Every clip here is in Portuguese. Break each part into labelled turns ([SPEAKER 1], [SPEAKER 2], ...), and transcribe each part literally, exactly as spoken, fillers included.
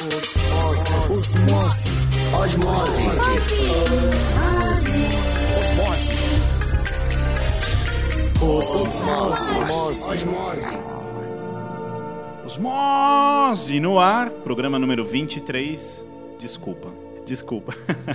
[SPEAKER 1] Osmose. Osmose. Osmose. Osmose.
[SPEAKER 2] Osmose no ar, programa número vinte e três. Desculpa, desculpa.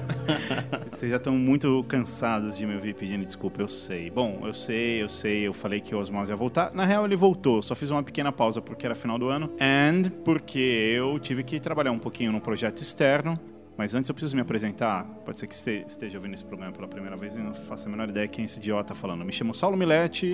[SPEAKER 2] Vocês já estão muito cansados de me ouvir pedindo desculpa, eu sei. Bom, eu sei, eu sei, eu falei que o Osmose ia voltar. Na real, ele voltou, só fiz uma pequena pausa porque era final do ano. And porque eu tive que trabalhar um pouquinho num projeto externo. Mas antes eu preciso me apresentar. Pode ser que esteja ouvindo esse programa pela primeira vez e não faço a menor ideia quem é esse idiota falando. Me chamo Saulo Milete,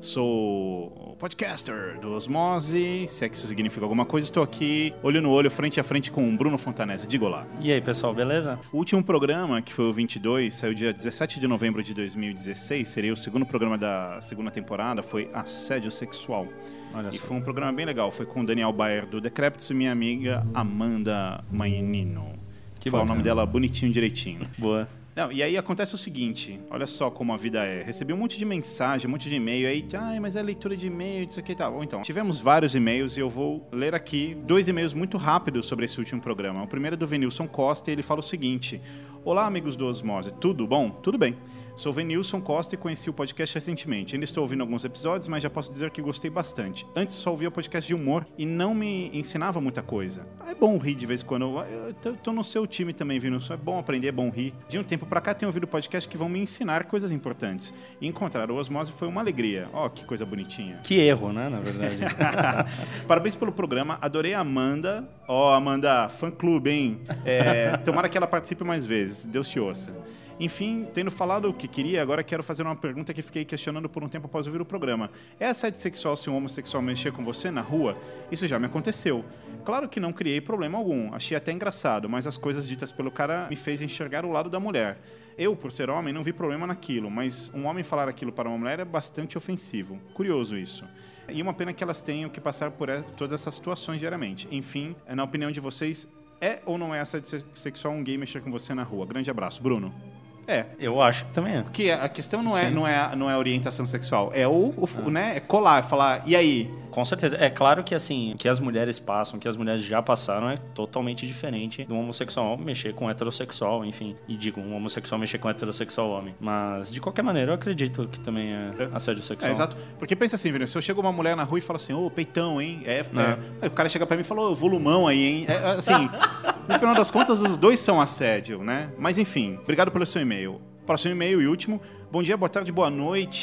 [SPEAKER 2] sou o podcaster do Osmose. Se é que isso significa alguma coisa, estou aqui olho no olho, frente a frente com o Bruno Fontanese. Diga olá.
[SPEAKER 3] E aí, pessoal, beleza?
[SPEAKER 2] O último programa, que foi o vinte e dois, saiu dia dezessete de novembro de dois mil e dezesseis. Seria o segundo programa da segunda temporada, foi Assédio Sexual. Olha e só. Foi um programa bem legal. Foi com o Daniel Baer do Decrépito e minha amiga Amanda Mainino. Que Fala bacana. O nome dela bonitinho, direitinho.
[SPEAKER 3] Boa.
[SPEAKER 2] Não, e aí acontece o seguinte, olha só como a vida é. Recebi um monte de mensagem, um monte de e-mail aí, ai, mas é leitura de e-mail, isso aqui e tal. Bom, então, tivemos vários e-mails e eu vou ler aqui dois e-mails muito rápidos sobre esse último programa. O primeiro é do Venilson Costa e ele fala o seguinte: olá, amigos do Osmose, tudo bom? Tudo bem. Sou Venilson Costa e conheci o podcast recentemente. Ainda estou ouvindo alguns episódios, mas já posso dizer que gostei bastante. Antes só ouvia podcast de humor e não me ensinava muita coisa. É bom rir de vez em quando. Eu tô no seu time também, Venilson. É bom aprender, é bom rir. De um tempo pra cá tenho ouvido podcasts que vão me ensinar coisas importantes. E encontrar o Osmose foi uma alegria. Ó, oh, que coisa bonitinha.
[SPEAKER 3] Que erro, né, na verdade.
[SPEAKER 2] Parabéns pelo programa. Adorei a Amanda. Ó, oh, Amanda, fã-clube, hein? É, tomara que ela participe mais vezes. Deus te ouça. Enfim, tendo falado o que queria, agora quero fazer uma pergunta que fiquei questionando por um tempo após ouvir o programa. É assédio sexual se um homossexual mexer com você na rua? Isso já me aconteceu. Claro que não criei problema algum, achei até engraçado, mas as coisas ditas pelo cara me fez enxergar o lado da mulher. Eu, por ser homem, não vi problema naquilo, mas um homem falar aquilo para uma mulher é bastante ofensivo. Curioso isso. E uma pena que elas tenham que passar por todas essas situações diariamente. Enfim, na opinião de vocês, é ou não é assédio sexual um gay mexer com você na rua? Grande abraço. Bruno. É.
[SPEAKER 3] Eu acho que também é.
[SPEAKER 2] Porque a questão não é, não é, não é orientação sexual, é o, o ah. né, é colar, falar, e aí?
[SPEAKER 3] Com certeza. É claro que, assim, o que as mulheres passam, o que as mulheres já passaram é totalmente diferente do homossexual mexer com heterossexual, enfim. E digo, um homossexual mexer com heterossexual homem. Mas, de qualquer maneira, eu acredito que também é assédio sexual.
[SPEAKER 2] É, exato. Porque pensa assim, Vinícius, se eu chego uma mulher na rua e falo assim, ô, oh, peitão, hein? É, é. Aí o cara chega pra mim e fala, ô, oh, volumão aí, hein? É, assim, no final das contas, os dois são assédio, né? Mas, enfim, obrigado pelo seu e-mail. Próximo e-mail e último. Bom dia, boa tarde, boa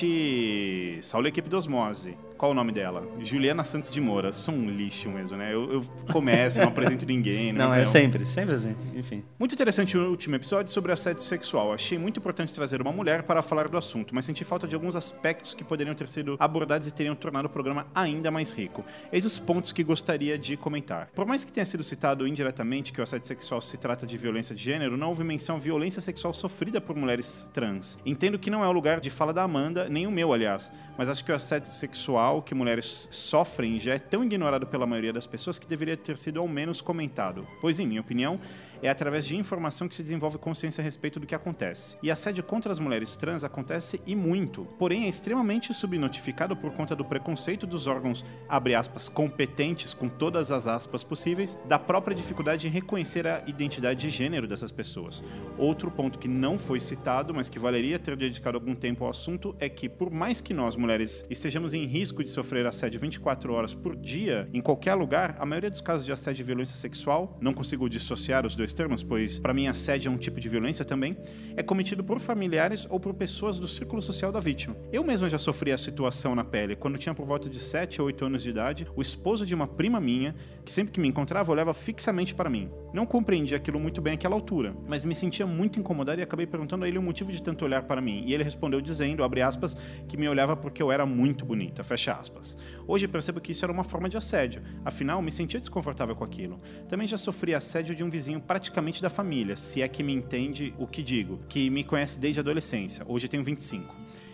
[SPEAKER 2] noite. Saúde, equipe do Osmose. Qual o nome dela? Juliana Santos de Moura. Sou um lixo mesmo, né? Eu, eu começo, não apresento ninguém.
[SPEAKER 3] Não, não é sempre, sempre assim. Enfim.
[SPEAKER 2] Muito interessante o último episódio sobre assédio sexual. Achei muito importante trazer uma mulher para falar do assunto, mas senti falta de alguns aspectos que poderiam ter sido abordados e teriam tornado o programa ainda mais rico. Eis os pontos que gostaria de comentar. Por mais que tenha sido citado indiretamente que o assédio sexual se trata de violência de gênero, não houve menção à violência sexual sofrida por mulheres trans. Entendo que não é o lugar de fala da Amanda, nem o meu, aliás, mas acho que o assédio sexual que mulheres sofrem já é tão ignorado pela maioria das pessoas que deveria ter sido ao menos comentado, pois, em minha opinião, é através de informação que se desenvolve consciência a respeito do que acontece. E assédio contra as mulheres trans acontece e muito, porém é extremamente subnotificado por conta do preconceito dos órgãos, abre aspas, competentes com todas as aspas possíveis, da própria dificuldade em reconhecer a identidade de gênero dessas pessoas. Outro ponto que não foi citado, mas que valeria ter dedicado algum tempo ao assunto, é que por mais que nós, mulheres, estejamos em risco de sofrer assédio vinte e quatro horas por dia, em qualquer lugar, a maioria dos casos de assédio e violência sexual, não consigo dissociar os dois termos, pois para mim assédio é um tipo de violência também, é cometido por familiares ou por pessoas do círculo social da vítima. Eu mesma já sofri a situação na pele, quando tinha por volta de sete ou oito anos de idade, o esposo de uma prima minha, que sempre que me encontrava, olhava fixamente para mim. Não compreendi aquilo muito bem àquela altura, mas me sentia muito incomodado e acabei perguntando a ele o motivo de tanto olhar para mim, e ele respondeu dizendo, abre aspas, que me olhava porque eu era muito bonita, fecha aspas. Hoje percebo que isso era uma forma de assédio, afinal me sentia desconfortável com aquilo. Também já sofri assédio de um vizinho praticamente da família, se é que me entende o que digo, que me conhece desde a adolescência, hoje tenho vinte e cinco.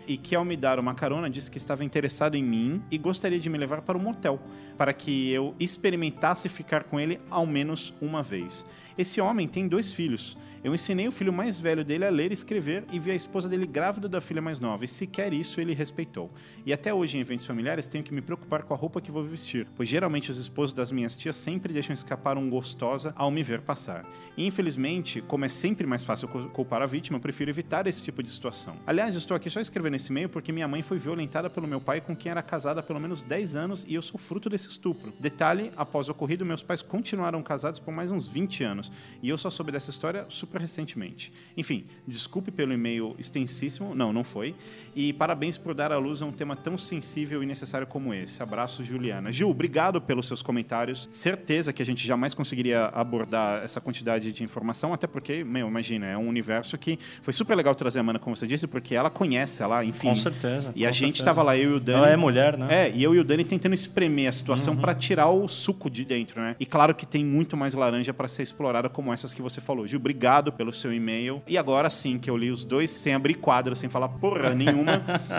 [SPEAKER 2] e que ao me dar uma carona disse que estava interessado em mim e gostaria de me levar para um motel, para que eu experimentasse ficar com ele ao menos uma vez. Esse homem tem dois filhos. Eu ensinei o filho mais velho dele a ler e escrever e vi a esposa dele grávida da filha mais nova, e sequer isso ele respeitou. E até hoje, em eventos familiares, tenho que me preocupar com a roupa que vou vestir, pois geralmente os esposos das minhas tias sempre deixam escapar um gostosa ao me ver passar. E infelizmente, como é sempre mais fácil culpar a vítima, eu prefiro evitar esse tipo de situação. Aliás, eu estou aqui só escrevendo esse e-mail porque minha mãe foi violentada pelo meu pai, com quem era casada há pelo menos dez anos, e eu sou fruto desse estupro. Detalhe, após o ocorrido, meus pais continuaram casados por mais uns vinte anos, e eu só soube dessa história super recentemente. Enfim, desculpe pelo e-mail extensíssimo, não, não foi, e parabéns por dar à luz a um tema tão sensível e necessário como esse. Abraço, Juliana. Gil, obrigado pelos seus comentários. Certeza que a gente jamais conseguiria abordar essa quantidade de informação, até porque, meu, imagina, é um universo que foi super legal trazer a Mana, como você disse, porque ela conhece, ela, enfim.
[SPEAKER 3] Com certeza.
[SPEAKER 2] E a gente
[SPEAKER 3] certeza.
[SPEAKER 2] tava lá, eu e o Dani.
[SPEAKER 3] Ela é mulher, né?
[SPEAKER 2] É, e eu e o Dani tentando espremer a situação uhum. para tirar o suco de dentro, né? E claro que tem muito mais laranja para ser explorada, como essas que você falou. Gil, obrigado pelo seu e-mail. E agora sim, que eu li os dois, sem abrir quadro, sem falar porra nenhuma,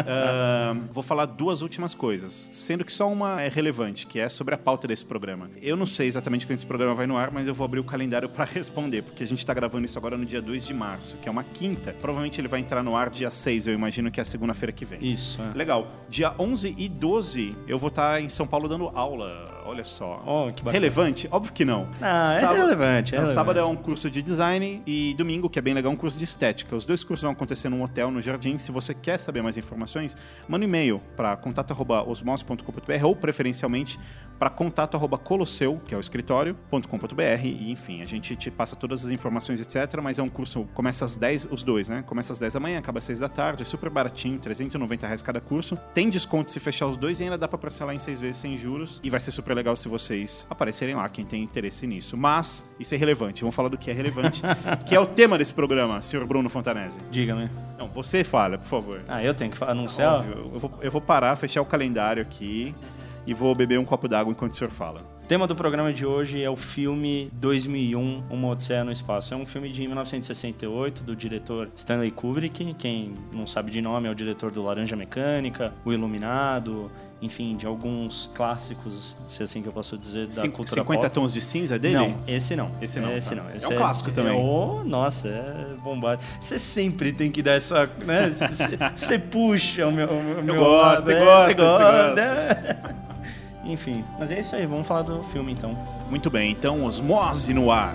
[SPEAKER 2] uh, vou falar duas últimas coisas, sendo que só uma é relevante, que é sobre a pauta desse programa. Eu não sei exatamente quando esse programa vai no ar, mas eu vou abrir o calendário para responder, porque a gente tá gravando isso agora no dia dois de março, que é uma quinta. Provavelmente ele vai entrar no ar dia seis, eu imagino que é a segunda-feira que vem.
[SPEAKER 3] Isso, é.
[SPEAKER 2] Legal. Dia onze e doze, eu vou estar em São Paulo dando aula. Olha só.
[SPEAKER 3] Oh, que bacana.
[SPEAKER 2] Relevante? Óbvio que não.
[SPEAKER 3] Ah,
[SPEAKER 2] sábado,
[SPEAKER 3] é relevante. É
[SPEAKER 2] não,
[SPEAKER 3] relevante.
[SPEAKER 2] Sábado é um curso de design e domingo, que é bem legal, um curso de estética. Os dois cursos vão acontecer num hotel no Jardim. Se você quer saber mais informações, manda um e-mail para contato arroba osmose ponto com ponto b r ou, preferencialmente, para contato arroba colosseu, que é o escritório, ponto com ponto b r. E, enfim, a gente te passa todas as informações, etcétera. Mas é um curso, começa às dez, os dois, né? Começa às dez da manhã, acaba às seis da tarde, é super baratinho, trezentos e noventa reais cada curso. Tem desconto se fechar os dois e ainda dá para parcelar em seis vezes sem juros. E vai ser super legal se vocês aparecerem lá, quem tem interesse nisso. Mas isso é relevante. Vamos falar do que é relevante, que é o tema desse programa, senhor Bruno Fontanese.
[SPEAKER 3] Diga-me.
[SPEAKER 2] Não, você fala, por favor.
[SPEAKER 3] Ah, eu tenho que anunciar?
[SPEAKER 2] Óbvio. Eu vou, eu vou parar, fechar o calendário aqui e vou beber um copo d'água enquanto o senhor fala.
[SPEAKER 3] O tema do programa de hoje é o filme dois mil e um, Uma Odisseia no Espaço. É um filme de mil novecentos e sessenta e oito, do diretor Stanley Kubrick. Quem não sabe de nome é o diretor do Laranja Mecânica, O Iluminado, enfim, de alguns clássicos, se é assim que eu posso dizer, da
[SPEAKER 2] Cinco,
[SPEAKER 3] cultura
[SPEAKER 2] cinquenta
[SPEAKER 3] pop.
[SPEAKER 2] Tons de Cinza dele?
[SPEAKER 3] Não, esse não.
[SPEAKER 2] Esse não.
[SPEAKER 3] Esse
[SPEAKER 2] tá.
[SPEAKER 3] não. Esse
[SPEAKER 2] é um clássico também.
[SPEAKER 3] É, oh, nossa, é bombado. Você sempre tem que dar essa, né? Você puxa o meu, o meu
[SPEAKER 2] eu gosto,
[SPEAKER 3] lado.
[SPEAKER 2] Você
[SPEAKER 3] é,
[SPEAKER 2] gosta,
[SPEAKER 3] você gosta.
[SPEAKER 2] gosta.
[SPEAKER 3] Né? Enfim, mas é isso aí. Vamos falar do filme, então.
[SPEAKER 2] Muito bem, então Osmose no ar.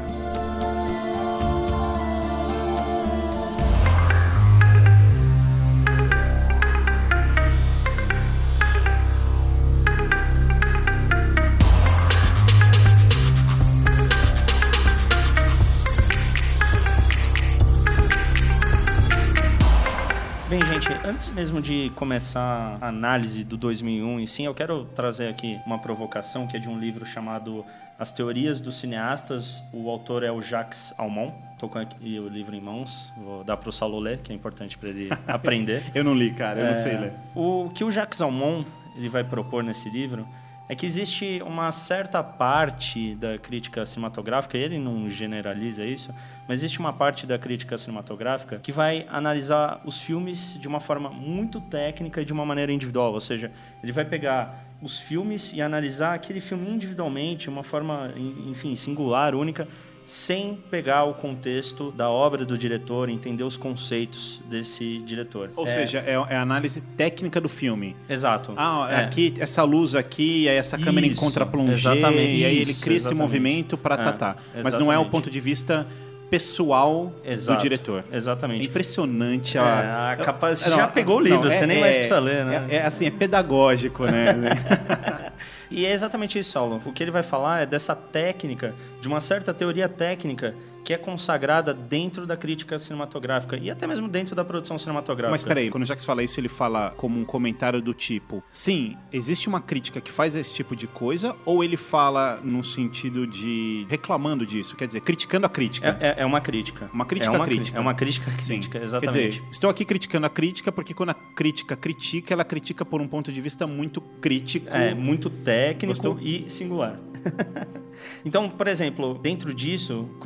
[SPEAKER 3] Bem, gente, antes mesmo de começar a análise do dois mil e um em si, eu quero trazer aqui uma provocação que é de um livro chamado As Teorias dos Cineastas. O autor é o Jacques Aumont. Estou com aqui o livro em mãos, vou dar para o Saulo ler, que é importante para ele aprender.
[SPEAKER 2] Eu não li, cara, eu
[SPEAKER 3] é,
[SPEAKER 2] não sei ler.
[SPEAKER 3] O que o Jacques Aumont ele vai propor nesse livro é que existe uma certa parte da crítica cinematográfica, ele não generaliza isso, mas existe uma parte da crítica cinematográfica que vai analisar os filmes de uma forma muito técnica e de uma maneira individual, ou seja, ele vai pegar os filmes e analisar aquele filme individualmente, de uma forma, enfim, singular, única, sem pegar o contexto da obra do diretor, entender os conceitos desse diretor.
[SPEAKER 2] Ou
[SPEAKER 3] é...
[SPEAKER 2] seja, é, é a análise técnica do filme.
[SPEAKER 3] Exato.
[SPEAKER 2] Ah,
[SPEAKER 3] é.
[SPEAKER 2] aqui, essa luz aqui, aí essa câmera
[SPEAKER 3] Isso,
[SPEAKER 2] encontra plongé,
[SPEAKER 3] exatamente,
[SPEAKER 2] e aí ele
[SPEAKER 3] isso,
[SPEAKER 2] cria
[SPEAKER 3] exatamente.
[SPEAKER 2] esse movimento para
[SPEAKER 3] É,
[SPEAKER 2] tatar. Mas não é o ponto de vista pessoal
[SPEAKER 3] Exato,
[SPEAKER 2] do diretor.
[SPEAKER 3] Exatamente.
[SPEAKER 2] É impressionante.
[SPEAKER 3] É,
[SPEAKER 2] a,
[SPEAKER 3] a capa... Você
[SPEAKER 2] não,
[SPEAKER 3] já pegou o livro,
[SPEAKER 2] não,
[SPEAKER 3] você
[SPEAKER 2] é,
[SPEAKER 3] nem
[SPEAKER 2] é,
[SPEAKER 3] mais precisa ler, né?
[SPEAKER 2] É, é assim, é pedagógico, né?
[SPEAKER 3] E é exatamente isso, Saulo. O que ele vai falar é dessa técnica, de uma certa teoria técnica que é consagrada dentro da crítica cinematográfica e até mesmo dentro da produção cinematográfica.
[SPEAKER 2] Mas peraí, quando o Jacques fala isso, ele fala como um comentário do tipo, sim, existe uma crítica que faz esse tipo de coisa, ou ele fala no sentido de reclamando disso, quer dizer, criticando a crítica?
[SPEAKER 3] É, é, é uma crítica.
[SPEAKER 2] Uma crítica
[SPEAKER 3] é uma
[SPEAKER 2] crítica.
[SPEAKER 3] É uma crítica crítica, exatamente.
[SPEAKER 2] Quer dizer, estou aqui criticando a crítica porque quando a crítica critica, ela critica por um ponto de vista muito crítico.
[SPEAKER 3] É, muito técnico
[SPEAKER 2] Gostou?
[SPEAKER 3] E singular. Então, por exemplo, dentro disso, quando a gente vai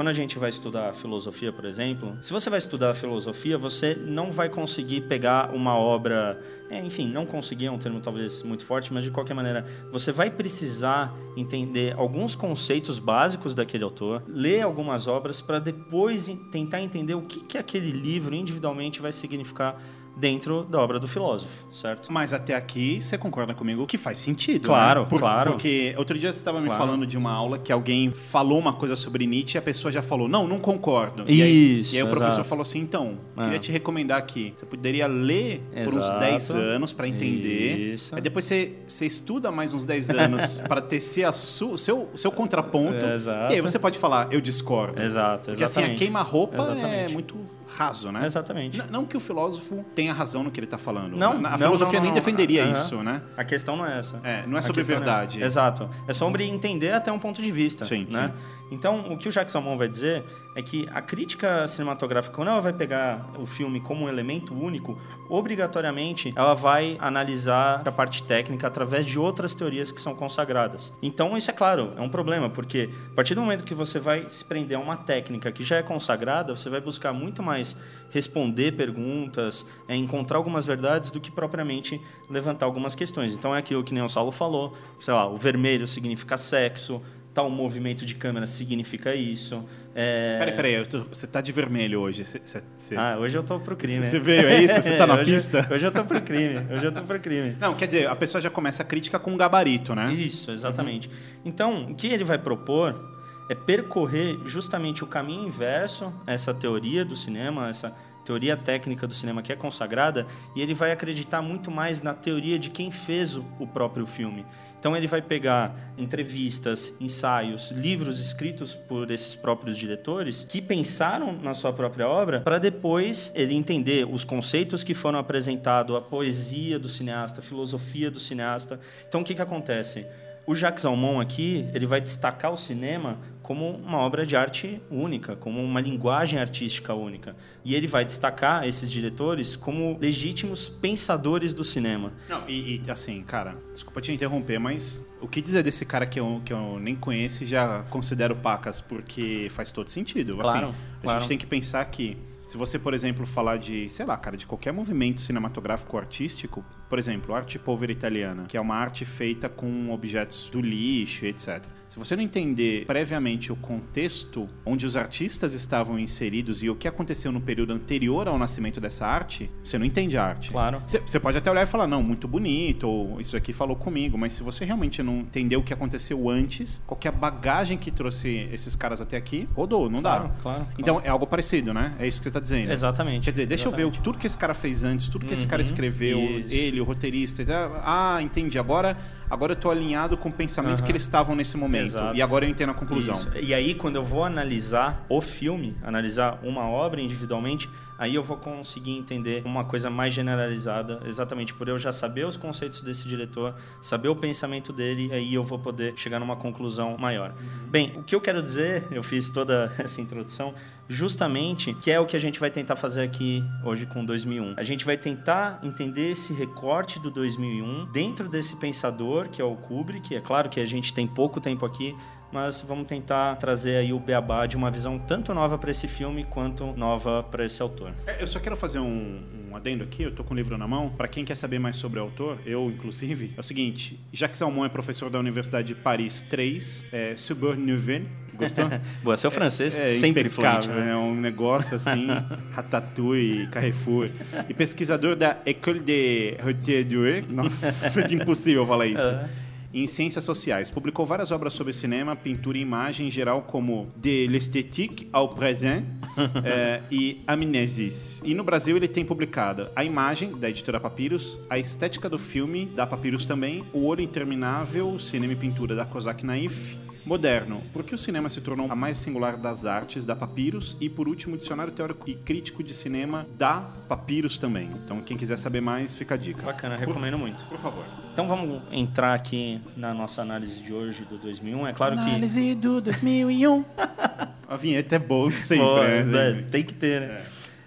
[SPEAKER 3] vai estudar filosofia, por exemplo, se você vai estudar filosofia, você não vai conseguir pegar uma obra... É, enfim, não conseguir é um termo talvez muito forte, mas de qualquer maneira, você vai precisar entender alguns conceitos básicos daquele autor, ler algumas obras para depois tentar entender o que, que aquele livro individualmente vai significar dentro da obra do filósofo, certo?
[SPEAKER 2] Mas até aqui, você concorda comigo que faz sentido,
[SPEAKER 3] Claro,
[SPEAKER 2] né? Por,
[SPEAKER 3] claro.
[SPEAKER 2] Porque outro dia você estava me
[SPEAKER 3] Claro.
[SPEAKER 2] falando de uma aula que alguém falou uma coisa sobre Nietzsche e a pessoa já falou, não, não concordo. E aí,
[SPEAKER 3] Isso,
[SPEAKER 2] e aí o professor
[SPEAKER 3] exato.
[SPEAKER 2] falou assim, então,
[SPEAKER 3] É.
[SPEAKER 2] queria te recomendar aqui, você poderia ler por uns
[SPEAKER 3] Exato.
[SPEAKER 2] dez anos para entender.
[SPEAKER 3] Isso.
[SPEAKER 2] Aí depois você, você estuda mais uns dez anos para tecer a su, seu, seu contraponto.
[SPEAKER 3] Exato.
[SPEAKER 2] E aí você pode falar, eu discordo.
[SPEAKER 3] Exato,
[SPEAKER 2] Porque assim, a
[SPEAKER 3] exatamente.
[SPEAKER 2] queima-roupa é
[SPEAKER 3] Exatamente.
[SPEAKER 2] muito raso, né?
[SPEAKER 3] Exatamente.
[SPEAKER 2] N- não que o filósofo tenha razão no que ele está falando.
[SPEAKER 3] Não,
[SPEAKER 2] a
[SPEAKER 3] não,
[SPEAKER 2] filosofia
[SPEAKER 3] não,
[SPEAKER 2] nem
[SPEAKER 3] não.
[SPEAKER 2] defenderia
[SPEAKER 3] Aham.
[SPEAKER 2] isso, né?
[SPEAKER 3] A questão não é essa.
[SPEAKER 2] É, não é
[SPEAKER 3] A
[SPEAKER 2] sobre
[SPEAKER 3] questão
[SPEAKER 2] verdade.
[SPEAKER 3] É... Exato. É sobre entender até um ponto de vista.
[SPEAKER 2] Sim,
[SPEAKER 3] né?
[SPEAKER 2] sim.
[SPEAKER 3] Então, o que o Jacques Salmon vai dizer é que a crítica cinematográfica, quando ela vai pegar o filme como um elemento único, obrigatoriamente ela vai analisar a parte técnica através de outras teorias que são consagradas. Então, isso é claro, é um problema, porque a partir do momento que você vai se prender a uma técnica que já é consagrada, você vai buscar muito mais responder perguntas, é, encontrar algumas verdades do que propriamente levantar algumas questões. Então, é aquilo que nem o Saulo falou, sei lá, o vermelho significa sexo, tal movimento de câmera significa isso. É...
[SPEAKER 2] Peraí, peraí, eu tô- você tá de vermelho hoje. Você, você- você-
[SPEAKER 3] Ah, hoje eu tô pro crime.
[SPEAKER 2] Você veio, é isso? Você tá na
[SPEAKER 3] hoje,
[SPEAKER 2] pista?
[SPEAKER 3] Hoje eu tô pro crime. Hoje eu tô pro crime.
[SPEAKER 2] Não, quer dizer, a pessoa já começa a crítica com um gabarito, né?
[SPEAKER 3] Isso, exatamente. Então, o que ele vai propor é percorrer justamente o caminho inverso a essa teoria do cinema, essa teoria técnica do cinema que é consagrada, e ele vai acreditar muito mais na teoria de quem fez o, o próprio filme. Então ele vai pegar entrevistas, ensaios, livros escritos por esses próprios diretores que pensaram na sua própria obra para depois ele entender os conceitos que foram apresentados, a poesia do cineasta, a filosofia do cineasta. Então o que que acontece? O Jacques Salmon aqui, ele vai destacar o cinema como uma obra de arte única, como uma linguagem artística única. E ele vai destacar esses diretores como legítimos pensadores do cinema.
[SPEAKER 2] Não, e, e, assim, cara, desculpa te interromper, mas o que dizer desse cara que eu, que eu nem conheço e já considero pacas, porque faz todo sentido.
[SPEAKER 3] Claro,
[SPEAKER 2] assim, a
[SPEAKER 3] claro.
[SPEAKER 2] gente tem que pensar que se você, por exemplo, falar de, sei lá, cara, de qualquer movimento cinematográfico ou artístico, por exemplo, arte povera italiana, que é uma arte feita com objetos do lixo e etcétera. Se você não entender previamente o contexto onde os artistas estavam inseridos e o que aconteceu no período anterior ao nascimento dessa arte, você não entende a arte.
[SPEAKER 3] Claro.
[SPEAKER 2] Você você pode até olhar e falar, não, muito bonito, ou isso aqui falou comigo, mas se você realmente não entender o que aconteceu antes, qualquer bagagem que trouxe esses caras até aqui, rodou, não dá.
[SPEAKER 3] Claro, claro,
[SPEAKER 2] Então,
[SPEAKER 3] claro.
[SPEAKER 2] é algo parecido, né? É isso que você está dizendo.
[SPEAKER 3] Exatamente.
[SPEAKER 2] Quer dizer, deixa eu ver
[SPEAKER 3] Exatamente.
[SPEAKER 2] o- tudo que esse cara fez antes, tudo que esse cara
[SPEAKER 3] Uhum,
[SPEAKER 2] escreveu,
[SPEAKER 3] isso.
[SPEAKER 2] ele, o roteirista. e tal. Ah, entendi. Agora, agora eu tô alinhado com o pensamento
[SPEAKER 3] Uhum.
[SPEAKER 2] que eles estavam nesse momento.
[SPEAKER 3] Exato.
[SPEAKER 2] E agora eu entendo a conclusão.
[SPEAKER 3] Isso. E aí, quando eu vou analisar o filme, analisar uma obra individualmente, aí eu vou conseguir entender uma coisa mais generalizada, exatamente por eu já saber os conceitos desse diretor, saber o pensamento dele, aí eu vou poder chegar numa conclusão maior. Bem, o que eu quero dizer, eu fiz toda essa introdução, justamente que é o que a gente vai tentar fazer aqui hoje com dois mil e um. A gente vai tentar entender esse recorte do dois mil e um dentro desse pensador, que é o Kubrick. É claro que a gente tem pouco tempo aqui, mas vamos tentar trazer aí o beabá de uma visão tanto nova para esse filme quanto nova para esse autor.
[SPEAKER 2] É, Eu só quero fazer um, um adendo aqui, eu tô com o livro na mão. Para quem quer saber mais sobre o autor, eu inclusive, é o seguinte: Jacques Salmon é professor da Universidade de Paris três, é, Sorbonne Nouvelle. Gostou?
[SPEAKER 3] Boa, seu francês
[SPEAKER 2] É,
[SPEAKER 3] sempre
[SPEAKER 2] impecável,
[SPEAKER 3] fluente, né?
[SPEAKER 2] é um negócio assim, Ratatouille, Carrefour. E pesquisador da École de Haute-Douai, nossa, que impossível falar isso.
[SPEAKER 3] É.
[SPEAKER 2] Em ciências sociais. Publicou várias obras sobre cinema, pintura e imagem em geral, como De l'esthétique au présent eh, e Amnésis. E no Brasil ele tem publicado A Imagem, da editora Papyrus, A Estética do Filme, da Papyrus também, O Olho Interminável, Cinema e Pintura, da Kozak Naif, Moderno, por que o cinema se tornou a mais singular das artes, da Papyrus, e por último, o Dicionário Teórico e Crítico de Cinema, da Papyrus também. Então, quem quiser saber mais, fica a dica.
[SPEAKER 3] Bacana, recomendo muito.
[SPEAKER 2] Por favor.
[SPEAKER 3] Então vamos entrar aqui na nossa análise de hoje do dois mil e um. É claro que...
[SPEAKER 2] Análise do dois mil e um. A vinheta é boa sempre,
[SPEAKER 3] Pô,
[SPEAKER 2] né?
[SPEAKER 3] é, tem que ter, né?
[SPEAKER 2] É.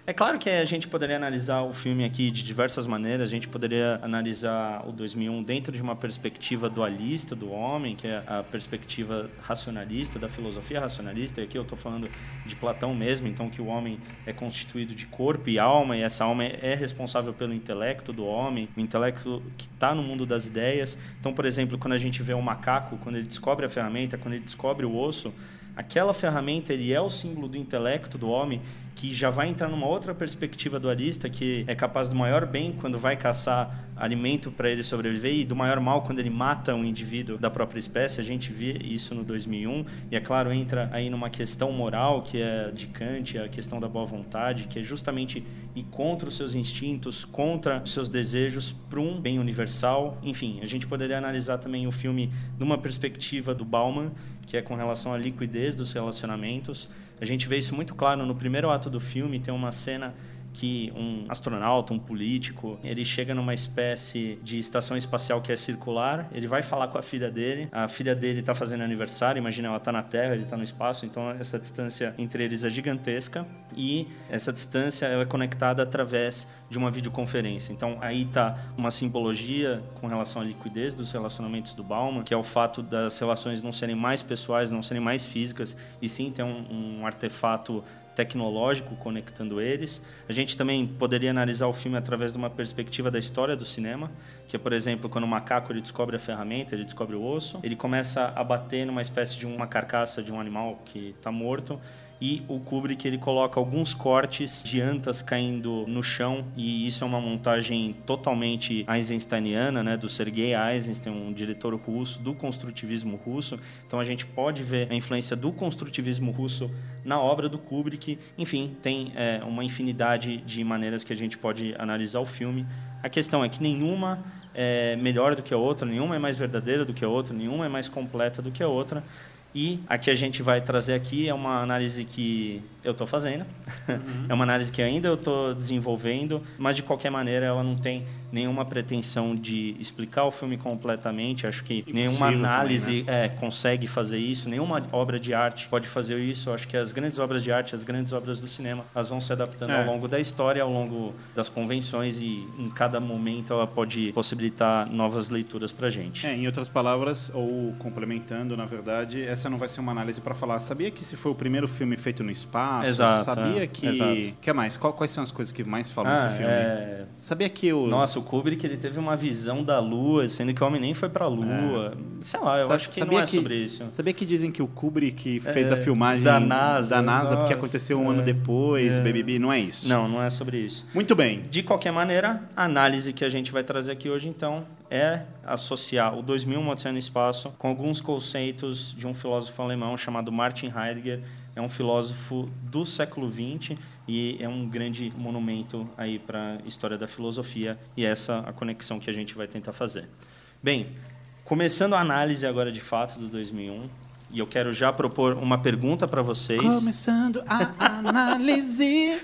[SPEAKER 3] É claro que a gente poderia analisar o filme aqui de diversas maneiras. A gente poderia analisar o dois mil e um dentro de uma perspectiva dualista do homem, que é a perspectiva racionalista, da filosofia racionalista. E aqui eu estou falando de Platão mesmo, então que o homem é constituído de corpo e alma, e essa alma é responsável pelo intelecto do homem, o intelecto que está no mundo das ideias. Então, por exemplo, quando a gente vê um macaco, quando ele descobre a ferramenta, quando ele descobre o osso, aquela ferramenta ele é o símbolo do intelecto do homem, que já vai entrar numa outra perspectiva dualista, que é capaz do maior bem quando vai caçar alimento para ele sobreviver e do maior mal quando ele mata um indivíduo da própria espécie. A gente vê isso no dois mil e um e, é claro, entra aí numa questão moral, que é de Kant, a questão da boa vontade, que é justamente ir contra os seus instintos, contra os seus desejos para um bem universal. Enfim, a gente poderia analisar também o filme numa perspectiva do Bauman, que é com relação à liquidez dos relacionamentos. A gente vê isso muito claro no primeiro ato do filme. Tem uma cena que um astronauta, um político, ele chega numa espécie de estação espacial que é circular, ele vai falar com a filha dele, a filha dele está fazendo aniversário, imagina, ela está na Terra, ele está no espaço, então essa distância entre eles é gigantesca e essa distância é conectada através de uma videoconferência. Então aí está uma simbologia com relação à liquidez dos relacionamentos do Bauman, que é o fato das relações não serem mais pessoais, não serem mais físicas, e sim ter um, um artefato tecnológico conectando eles. A gente também poderia analisar o filme através de uma perspectiva da história do cinema, que é, por exemplo, quando o macaco ele descobre a ferramenta, ele descobre o osso, ele começa a bater numa espécie de uma carcaça de um animal que está morto, e o Kubrick ele coloca alguns cortes de antas caindo no chão, e isso é uma montagem totalmente eisensteiniana, né, do Sergei Eisenstein, um diretor russo, do construtivismo russo. Então a gente pode ver a influência do construtivismo russo na obra do Kubrick. Enfim, tem é, uma infinidade de maneiras que a gente pode analisar o filme. A questão é que nenhuma é melhor do que a outra, nenhuma é mais verdadeira do que a outra, nenhuma é mais completa do que a outra. E a que a gente vai trazer aqui é uma análise que eu estou fazendo, uhum. É uma análise que ainda eu estou desenvolvendo, mas de qualquer maneira ela não tem nenhuma pretensão de explicar o filme completamente. Acho que Impossível nenhuma análise também, né? é, consegue fazer isso, nenhuma obra de arte pode fazer isso. Acho que as grandes obras de arte, as grandes obras do cinema, elas vão se adaptando é. ao longo da história, ao longo das convenções, e em cada momento ela pode possibilitar novas leituras para a gente.
[SPEAKER 2] É, em outras palavras, ou complementando, na verdade, essa não vai ser uma análise para falar, sabia que esse foi o primeiro filme feito no espaço?
[SPEAKER 3] Exato,
[SPEAKER 2] sabia
[SPEAKER 3] é,
[SPEAKER 2] que...
[SPEAKER 3] Exato.
[SPEAKER 2] que mais? Qual, quais são as coisas que mais falam
[SPEAKER 3] ah,
[SPEAKER 2] nesse filme?
[SPEAKER 3] É...
[SPEAKER 2] Sabia que o...
[SPEAKER 3] Nossa, o Kubrick ele teve uma visão da Lua, sendo que o homem nem foi pra Lua. É. Sei lá, eu Sa acho que não é que, sobre isso.
[SPEAKER 2] Sabia que dizem que o Kubrick fez é, a filmagem
[SPEAKER 3] da NASA,
[SPEAKER 2] da NASA
[SPEAKER 3] nossa,
[SPEAKER 2] porque aconteceu um
[SPEAKER 3] é,
[SPEAKER 2] ano depois,
[SPEAKER 3] é.
[SPEAKER 2] B B B, não é isso?
[SPEAKER 3] Não, não é sobre isso.
[SPEAKER 2] Muito bem.
[SPEAKER 3] De qualquer maneira, a análise que a gente vai trazer aqui hoje, então, é associar o dois mil e um, Uma Odisseia no Espaço, com alguns conceitos de um filósofo alemão chamado Martin Heidegger. É um filósofo do século vinte e é um grande monumento aí para a história da filosofia, e essa a conexão que a gente vai tentar fazer. Bem, começando a análise agora de fato do dois mil e um, e eu quero já propor uma pergunta para vocês.
[SPEAKER 2] Começando a análise.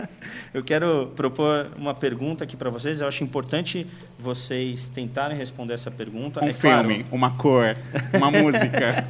[SPEAKER 3] Eu quero propor uma pergunta aqui para vocês. Eu acho importante vocês tentarem responder essa pergunta.
[SPEAKER 2] Um
[SPEAKER 3] é
[SPEAKER 2] filme,
[SPEAKER 3] claro...
[SPEAKER 2] uma cor, uma música.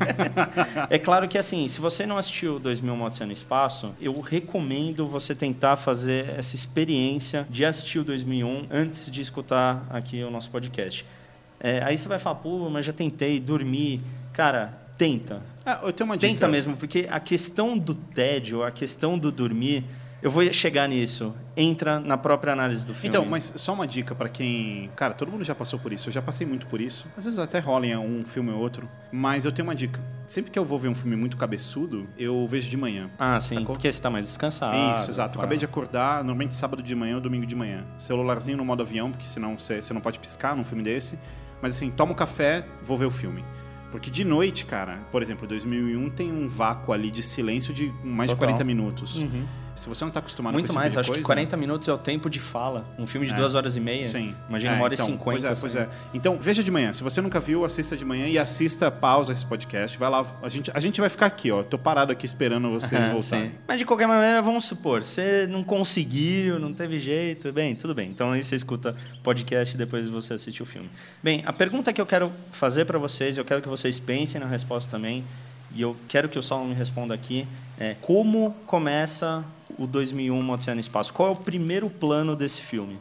[SPEAKER 3] É claro que, assim, se você não assistiu dois mil e um, Uma Odisseia no Espaço, eu recomendo você tentar fazer essa experiência de assistir o dois mil e um antes de escutar aqui o nosso podcast. É, aí você vai falar, pô, mas já tentei dormir. Cara... Tenta.
[SPEAKER 2] Ah, eu tenho uma dica.
[SPEAKER 3] Tenta mesmo, porque a questão do tédio, a questão do dormir, eu vou chegar nisso. Entra na própria análise do filme.
[SPEAKER 2] Então, mas só uma dica para quem... Cara, todo mundo já passou por isso. Eu já passei muito por isso. Às vezes até rola em um filme ou outro. Mas eu tenho uma dica. Sempre que eu vou ver um filme muito cabeçudo, eu vejo de manhã.
[SPEAKER 3] Ah, sim.
[SPEAKER 2] Sacou?
[SPEAKER 3] Porque você tá mais descansado.
[SPEAKER 2] Isso, exato.
[SPEAKER 3] Claro.
[SPEAKER 2] Acabei de acordar, normalmente sábado de manhã ou domingo de manhã. Celularzinho no modo avião, porque senão você, você não pode piscar num filme desse. Mas assim, tomo um café, vou ver o filme. Porque de noite, cara, por exemplo, dois mil e um tem um vácuo ali de silêncio de mais Total. de quarenta minutos.
[SPEAKER 3] Uhum.
[SPEAKER 2] Se você não está acostumado
[SPEAKER 3] Muito
[SPEAKER 2] com esse
[SPEAKER 3] mais,
[SPEAKER 2] tipo de
[SPEAKER 3] acho
[SPEAKER 2] coisa,
[SPEAKER 3] que quarenta minutos é o tempo de fala. Um filme de é. duas horas e meia.
[SPEAKER 2] Sim.
[SPEAKER 3] Imagina
[SPEAKER 2] é,
[SPEAKER 3] uma hora
[SPEAKER 2] então,
[SPEAKER 3] e cinquenta.
[SPEAKER 2] Pois é,
[SPEAKER 3] assim.
[SPEAKER 2] pois é. Então, veja de manhã. Se você nunca viu, assista de manhã e assista, pausa esse podcast. Vai lá. A gente, a gente vai ficar aqui, ó. Tô parado aqui esperando vocês
[SPEAKER 3] é,
[SPEAKER 2] voltarem.
[SPEAKER 3] Mas de qualquer maneira, vamos supor, você não conseguiu, não teve jeito. Bem, tudo bem. Então aí você escuta podcast e depois você assiste o filme. Bem, a pergunta que eu quero fazer para vocês, eu quero que vocês pensem na resposta também, e eu quero que o Saulo me responda aqui, é como começa o dois mil e um, Uma Odisseia no Espaço? Qual é o primeiro plano desse filme?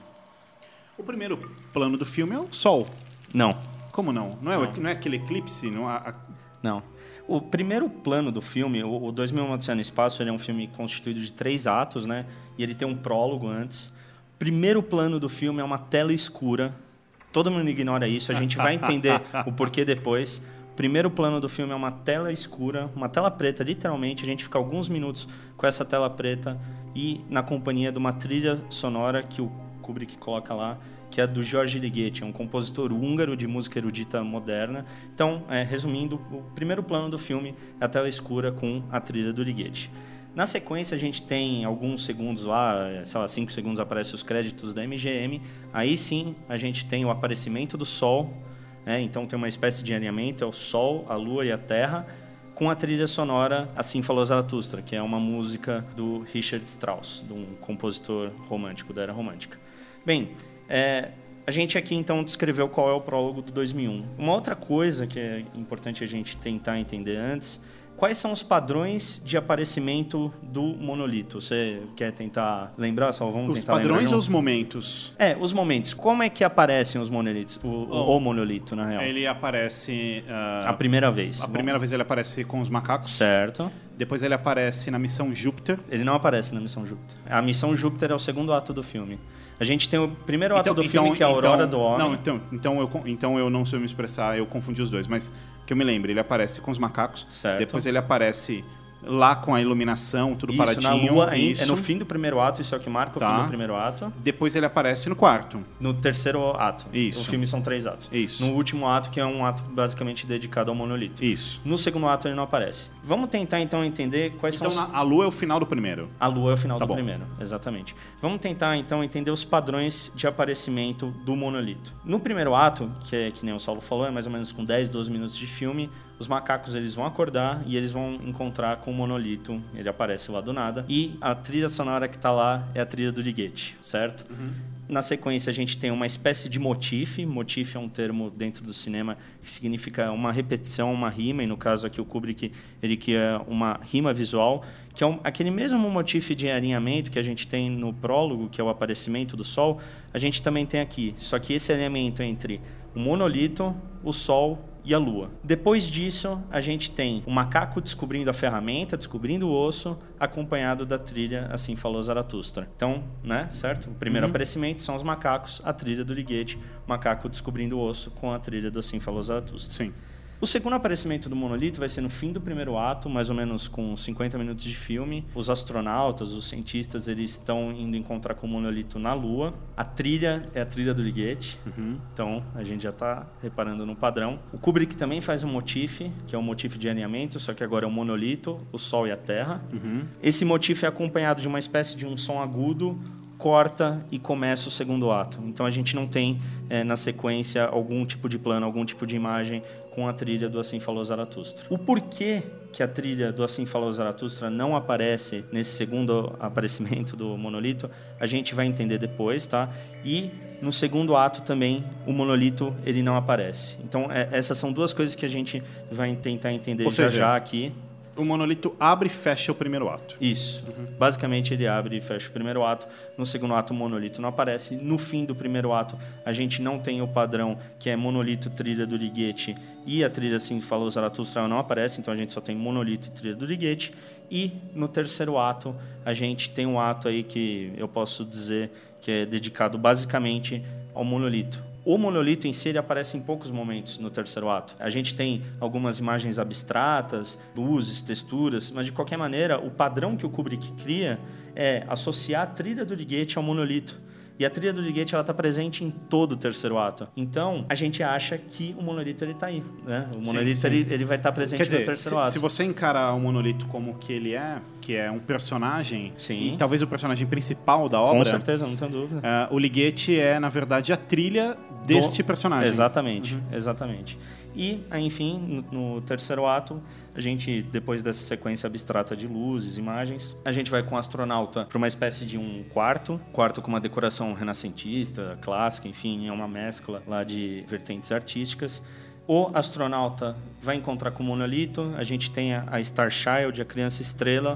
[SPEAKER 2] O primeiro plano do filme é o Sol.
[SPEAKER 3] Não.
[SPEAKER 2] Como não? Não é,
[SPEAKER 3] Não.
[SPEAKER 2] não é aquele eclipse? Não, a, a...
[SPEAKER 3] Não. O primeiro plano do filme, o, o dois mil e um, Uma Odisseia no Espaço, ele é um filme constituído de três atos, né? E ele tem um prólogo antes. O primeiro plano do filme é uma tela escura. Todo mundo ignora isso, a gente vai entender o porquê depois. O primeiro plano do filme é uma tela escura, uma tela preta, literalmente. A gente fica alguns minutos com essa tela preta e na companhia de uma trilha sonora que o Kubrick coloca lá, que é do George Ligeti, é um compositor húngaro de música erudita moderna. Então, é, resumindo, o primeiro plano do filme é a tela escura com a trilha do Ligeti. Na sequência, a gente tem alguns segundos lá, sei lá, cinco segundos aparecem os créditos da M G M. Aí sim, a gente tem o aparecimento do Sol, né? Então tem uma espécie de alinhamento, é o Sol, a Lua e a Terra, com a trilha sonora Assim Falou Zaratustra, que é uma música do Richard Strauss, de um compositor romântico, da era romântica. Bem, é, a gente aqui então descreveu qual é o prólogo do dois mil e um. Uma outra coisa que é importante a gente tentar entender antes, quais são os padrões de aparecimento do monolito? Você quer tentar lembrar, só vamos
[SPEAKER 2] Os
[SPEAKER 3] tentar
[SPEAKER 2] padrões
[SPEAKER 3] lembrar
[SPEAKER 2] ou os momentos?
[SPEAKER 3] É, os momentos. Como é que aparecem os monolitos? O,
[SPEAKER 2] Oh.
[SPEAKER 3] o monolito, na real.
[SPEAKER 2] Ele aparece... ah,
[SPEAKER 3] A primeira vez.
[SPEAKER 2] a primeira vez ele aparece com os macacos.
[SPEAKER 3] Certo.
[SPEAKER 2] Depois ele aparece na missão Júpiter.
[SPEAKER 3] Ele não aparece na Missão Júpiter. A Missão Júpiter é o segundo ato do filme. A gente tem o primeiro ato do filme, que é a Aurora do Homem.
[SPEAKER 2] Não, então, então, eu, con- então eu não sei me expressar, eu confundi os dois. Mas que eu me lembro, ele aparece com os macacos.
[SPEAKER 3] Certo.
[SPEAKER 2] Depois ele aparece lá com a iluminação, tudo
[SPEAKER 3] Isso,
[SPEAKER 2] paradinho.
[SPEAKER 3] na Lua,
[SPEAKER 2] isso.
[SPEAKER 3] é no fim do primeiro ato, isso é o que marca o
[SPEAKER 2] Tá.
[SPEAKER 3] fim do primeiro ato.
[SPEAKER 2] Depois ele aparece no quarto.
[SPEAKER 3] No terceiro ato.
[SPEAKER 2] Isso.
[SPEAKER 3] O filme são três atos.
[SPEAKER 2] Isso.
[SPEAKER 3] No último ato, que é um ato basicamente dedicado ao monolito.
[SPEAKER 2] Isso.
[SPEAKER 3] No segundo ato ele não aparece. Vamos tentar então entender quais
[SPEAKER 2] Então
[SPEAKER 3] são os...
[SPEAKER 2] na- a Lua é o final do primeiro.
[SPEAKER 3] A Lua é o final
[SPEAKER 2] Tá
[SPEAKER 3] do
[SPEAKER 2] bom.
[SPEAKER 3] primeiro, exatamente. Vamos tentar, então, entender os padrões de aparecimento do monolito. No primeiro ato, que é que nem o Saulo falou, é mais ou menos com dez, doze minutos de filme, os macacos eles vão acordar e eles vão encontrar com o monolito, ele aparece lá do nada, e a trilha sonora que está lá é a trilha do Ligeti, certo? Na sequência, a gente tem uma espécie de motif. Motif é um termo dentro do cinema que significa uma repetição, uma rima. E no caso aqui, o Kubrick ele cria uma rima visual, que é um, aquele mesmo motif de alinhamento que a gente tem no prólogo, que é o aparecimento do Sol, a gente também tem aqui. Só que esse alinhamento entre o monolito, o Sol e a Lua. Depois disso, a gente tem o macaco descobrindo a ferramenta, descobrindo o osso, acompanhado da trilha Assim Falou Zaratustra. Então, né, certo? O primeiro
[SPEAKER 2] Uhum.
[SPEAKER 3] aparecimento são os macacos, a trilha do Ligeti, o macaco descobrindo o osso com a trilha do Assim Falou Zaratustra.
[SPEAKER 2] Sim.
[SPEAKER 3] O segundo aparecimento do monolito vai ser no fim do primeiro ato, mais ou menos com cinquenta minutos de filme. Os astronautas, os cientistas, eles estão indo encontrar com o monolito na Lua. A trilha é a trilha do Ligeti,
[SPEAKER 2] Uhum.
[SPEAKER 3] então a gente já está reparando no padrão. O Kubrick também faz um motif, que é um motif de alinhamento, só que agora é o monolito, o Sol e a Terra.
[SPEAKER 2] Uhum.
[SPEAKER 3] Esse motif é acompanhado de uma espécie de um som agudo, corta e começa o segundo ato. Então a gente não tem é, na sequência algum tipo de plano, algum tipo de imagem com a trilha do Assim Falou Zaratustra. O porquê que a trilha do Assim Falou Zaratustra não aparece nesse segundo aparecimento do monolito, a gente vai entender depois, tá? E no segundo ato também o monolito ele não aparece. Então é, essas são duas coisas que a gente vai tentar entender
[SPEAKER 2] Ou
[SPEAKER 3] já
[SPEAKER 2] seja,
[SPEAKER 3] já aqui.
[SPEAKER 2] O monolito abre e fecha o primeiro ato.
[SPEAKER 3] Isso. Basicamente, ele abre e fecha o primeiro ato. No segundo ato, o monolito não aparece. No fim do primeiro ato, a gente não tem o padrão, que é monolito, trilha do Ligeti, e a trilha Assim Falou Zaratustra não aparece, então a gente só tem monolito e trilha do Ligeti. E no terceiro ato, a gente tem um ato aí que eu posso dizer que é dedicado basicamente ao monolito. O monolito em si ele aparece em poucos momentos no terceiro ato. A gente tem algumas imagens abstratas, luzes, texturas, mas de qualquer maneira, o padrão que o Kubrick cria é associar a trilha do Ligeti ao monolito. E a trilha do Ligeti ela está presente em todo o terceiro ato. Então, a gente acha que o monolito ele está aí, né? O monolito
[SPEAKER 2] sim.
[SPEAKER 3] Ele, ele vai estar presente
[SPEAKER 2] Quer dizer,
[SPEAKER 3] no terceiro
[SPEAKER 2] se,
[SPEAKER 3] ato.
[SPEAKER 2] se você encarar o monolito como que ele é, que é um personagem,
[SPEAKER 3] Sim.
[SPEAKER 2] e talvez o personagem principal da
[SPEAKER 3] Com
[SPEAKER 2] obra,
[SPEAKER 3] certeza, não tenho dúvida.
[SPEAKER 2] ah, o Ligeti é, na verdade, a trilha deste
[SPEAKER 3] Do-
[SPEAKER 2] personagem.
[SPEAKER 3] Exatamente, exatamente. E, aí, enfim, no, no terceiro ato, a gente, depois dessa sequência abstrata de luzes, imagens, a gente vai com o astronauta para uma espécie de um quarto, quarto com uma decoração renascentista, clássica, enfim, é uma mescla lá de vertentes artísticas. O astronauta vai encontrar com o monolito, a gente tem a, a Star Child, a criança estrela,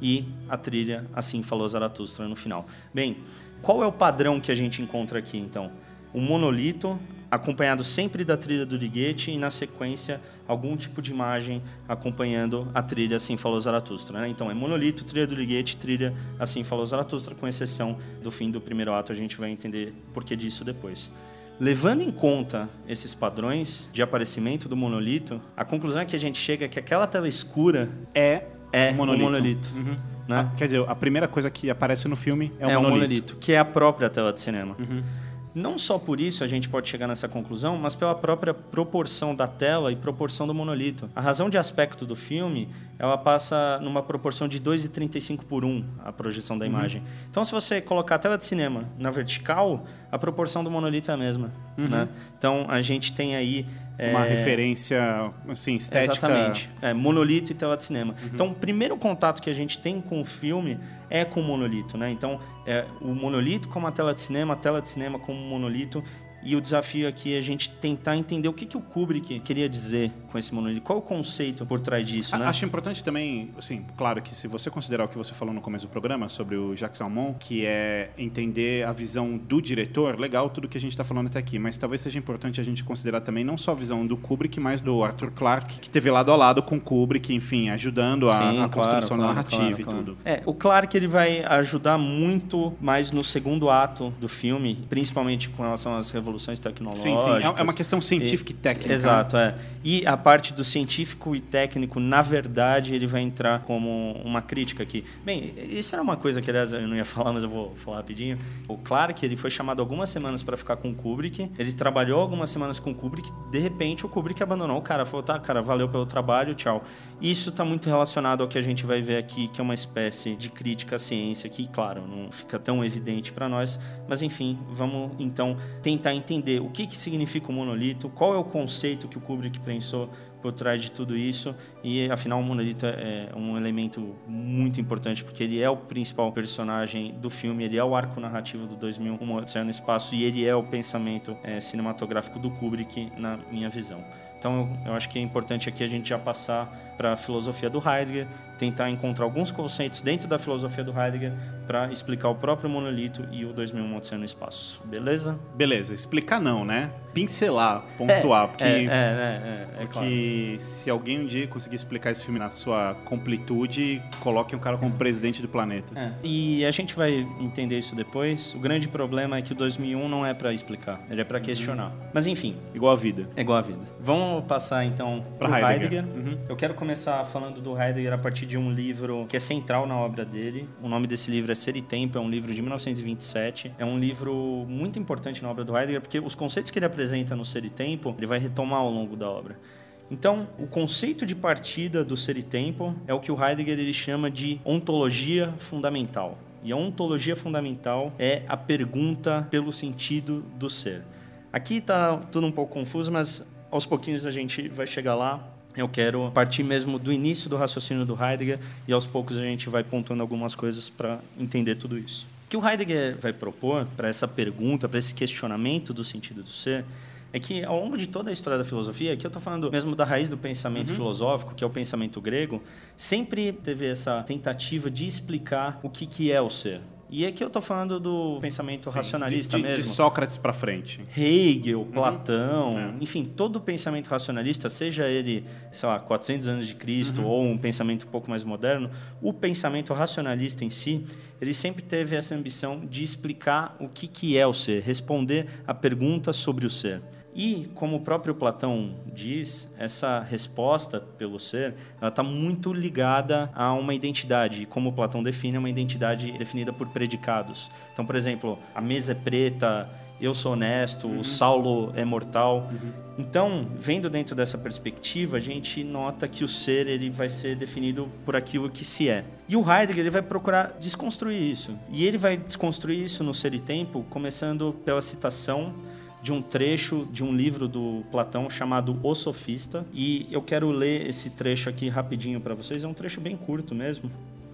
[SPEAKER 3] e a trilha Assim Falou Zaratustra no final. Bem, qual é o padrão que a gente encontra aqui, então? O monolito, acompanhado sempre da trilha do Ligeti e, na sequência, algum tipo de imagem acompanhando a trilha Assim Falou Zaratustra. Né? Então, é monolito, trilha do Ligeti, trilha Assim Falou Zaratustra, com exceção do fim do primeiro ato. A gente vai entender o porquê disso depois. Levando em conta esses padrões de aparecimento do monolito, a conclusão que a gente chega é que aquela tela escura
[SPEAKER 2] É,
[SPEAKER 3] é
[SPEAKER 2] o monolito.
[SPEAKER 3] o monolito.
[SPEAKER 2] Uhum.
[SPEAKER 3] Né?
[SPEAKER 2] Ah, quer dizer, a primeira coisa que aparece no filme é o
[SPEAKER 3] é
[SPEAKER 2] monolito.
[SPEAKER 3] o monolito, que é a própria tela de cinema.
[SPEAKER 2] Uhum.
[SPEAKER 3] Não só por isso a gente pode chegar nessa conclusão, mas pela própria proporção da tela e proporção do monolito. A razão de aspecto do filme, ela passa numa proporção de dois vírgula trinta e cinco por um, a projeção da imagem. Uhum. Então, se você colocar a tela de cinema na vertical, a proporção do monolito é a mesma. Uhum. Né? Então, a gente tem aí...
[SPEAKER 2] Uma
[SPEAKER 3] é...
[SPEAKER 2] referência, assim, estética...
[SPEAKER 3] Exatamente. É, monolito e tela de cinema. Uhum. Então, o primeiro contato que a gente tem com o filme é com o monolito, né? Então, é, o monolito como a tela de cinema, a tela de cinema como o monolito. E o desafio aqui é a gente tentar entender o que, que o Kubrick queria dizer com esse monolito. Qual o conceito por trás disso, né?
[SPEAKER 2] Acho importante também, assim, claro que se você considerar o que você falou no começo do programa sobre o Jacques Salmon, que é entender a visão do diretor, legal tudo que a gente está falando até aqui, mas talvez seja importante a gente considerar também não só a visão do Kubrick, mas do Arthur Clarke, que teve lado a lado com o Kubrick, enfim, ajudando a,
[SPEAKER 3] Sim,
[SPEAKER 2] a construção
[SPEAKER 3] claro,
[SPEAKER 2] da narrativa
[SPEAKER 3] claro,
[SPEAKER 2] e
[SPEAKER 3] claro.
[SPEAKER 2] tudo.
[SPEAKER 3] É, o Clarke ele vai ajudar muito mais no segundo ato do filme, principalmente com relação às revoluções tecnológicas.
[SPEAKER 2] Sim, sim. É uma questão científica e, e técnica.
[SPEAKER 3] Exato, é. E a parte do científico e técnico, na verdade, ele vai entrar como uma crítica aqui. Bem, isso era uma coisa que, aliás, eu não ia falar, mas eu vou falar rapidinho. O Clarke, ele foi chamado algumas semanas para ficar com o Kubrick. Ele trabalhou algumas semanas com o Kubrick. De repente, o Kubrick abandonou o cara. Falou, tá, cara, valeu pelo trabalho, tchau. Isso está muito relacionado ao que a gente vai ver aqui, que é uma espécie de crítica à ciência, que, claro, não fica tão evidente para nós. Mas, enfim, vamos, então, tentar entender o que, que significa o monolito, qual é o conceito que o Kubrick pensou por trás de tudo isso, e afinal o monolito é um elemento muito importante, porque ele é o principal personagem do filme, ele é o arco narrativo do dois mil, Uma Odisseia no Espaço, e ele é o pensamento é, cinematográfico do Kubrick, na minha visão. Então eu, eu acho que é importante aqui a gente já passar para a filosofia do Heidegger, tentar encontrar alguns conceitos dentro da filosofia do Heidegger para explicar o próprio monolito e o dois mil Uma Odisseia no Espaço. Beleza?
[SPEAKER 2] Beleza. Explicar não, né? Pincelar, pontuar.
[SPEAKER 3] É,
[SPEAKER 2] porque
[SPEAKER 3] é, é, é, é, é
[SPEAKER 2] porque
[SPEAKER 3] claro.
[SPEAKER 2] Se alguém um dia conseguir explicar esse filme na sua completude, coloque um cara como presidente do planeta.
[SPEAKER 3] É. E a gente vai entender isso depois. O grande problema é que o dois mil e um não é para explicar, ele é para questionar. Uhum. Mas enfim.
[SPEAKER 2] Igual a vida.
[SPEAKER 3] É igual a vida. Vamos passar então para
[SPEAKER 2] Heidegger.
[SPEAKER 3] Heidegger. Uhum. Eu quero começar falando do Heidegger a partir de um livro que é central na obra dele. O nome desse livro é Ser e Tempo, é um livro de mil novecentos e vinte e sete. É um livro muito importante na obra do Heidegger, porque os conceitos que ele apresenta no Ser e Tempo, ele vai retomar ao longo da obra. Então, o conceito de partida do Ser e Tempo é o que o Heidegger ele chama de ontologia fundamental. E a ontologia fundamental é a pergunta pelo sentido do ser. Aqui está tudo um pouco confuso, mas aos pouquinhos a gente vai chegar lá. Eu quero partir mesmo do início do raciocínio do Heidegger e aos poucos a gente vai pontuando algumas coisas para entender tudo isso. O que o Heidegger vai propor para essa pergunta, para esse questionamento do sentido do ser, é que ao longo de toda a história da filosofia, aqui eu estou falando mesmo da raiz do pensamento uhum. filosófico, que é o pensamento grego, sempre teve essa tentativa de explicar o que, que é o ser. E aqui eu estou falando do pensamento Sim, racionalista
[SPEAKER 2] de, de,
[SPEAKER 3] mesmo.
[SPEAKER 2] De Sócrates para frente.
[SPEAKER 3] Hegel, uhum. Platão,
[SPEAKER 2] é.
[SPEAKER 3] enfim, todo o pensamento racionalista, seja ele, sei lá, quatrocentos anos de Cristo uhum. ou um pensamento um pouco mais moderno, o pensamento racionalista em si, ele sempre teve essa ambição de explicar o que, que é o ser, responder a pergunta sobre o ser. E, como o próprio Platão diz, essa resposta pelo ser, ela está muito ligada a uma identidade. Como o Platão define, é uma identidade definida por predicados. Então, por exemplo, a mesa é preta, eu sou honesto, uhum. o Saulo é mortal. Uhum. Então, vendo dentro dessa perspectiva, a gente nota que o ser ele vai ser definido por aquilo que se é. E o Heidegger ele vai procurar desconstruir isso. E ele vai desconstruir isso no Ser e Tempo, começando pela citação de um trecho de um livro do Platão chamado O Sofista. E eu quero ler esse trecho aqui rapidinho para vocês. É um trecho bem curto mesmo.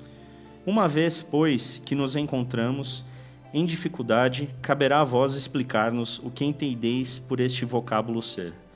[SPEAKER 3] Uma vez, pois, que nos encontramos em dificuldade, caberá a vós explicar-nos o que entendeis por este vocábulo ser.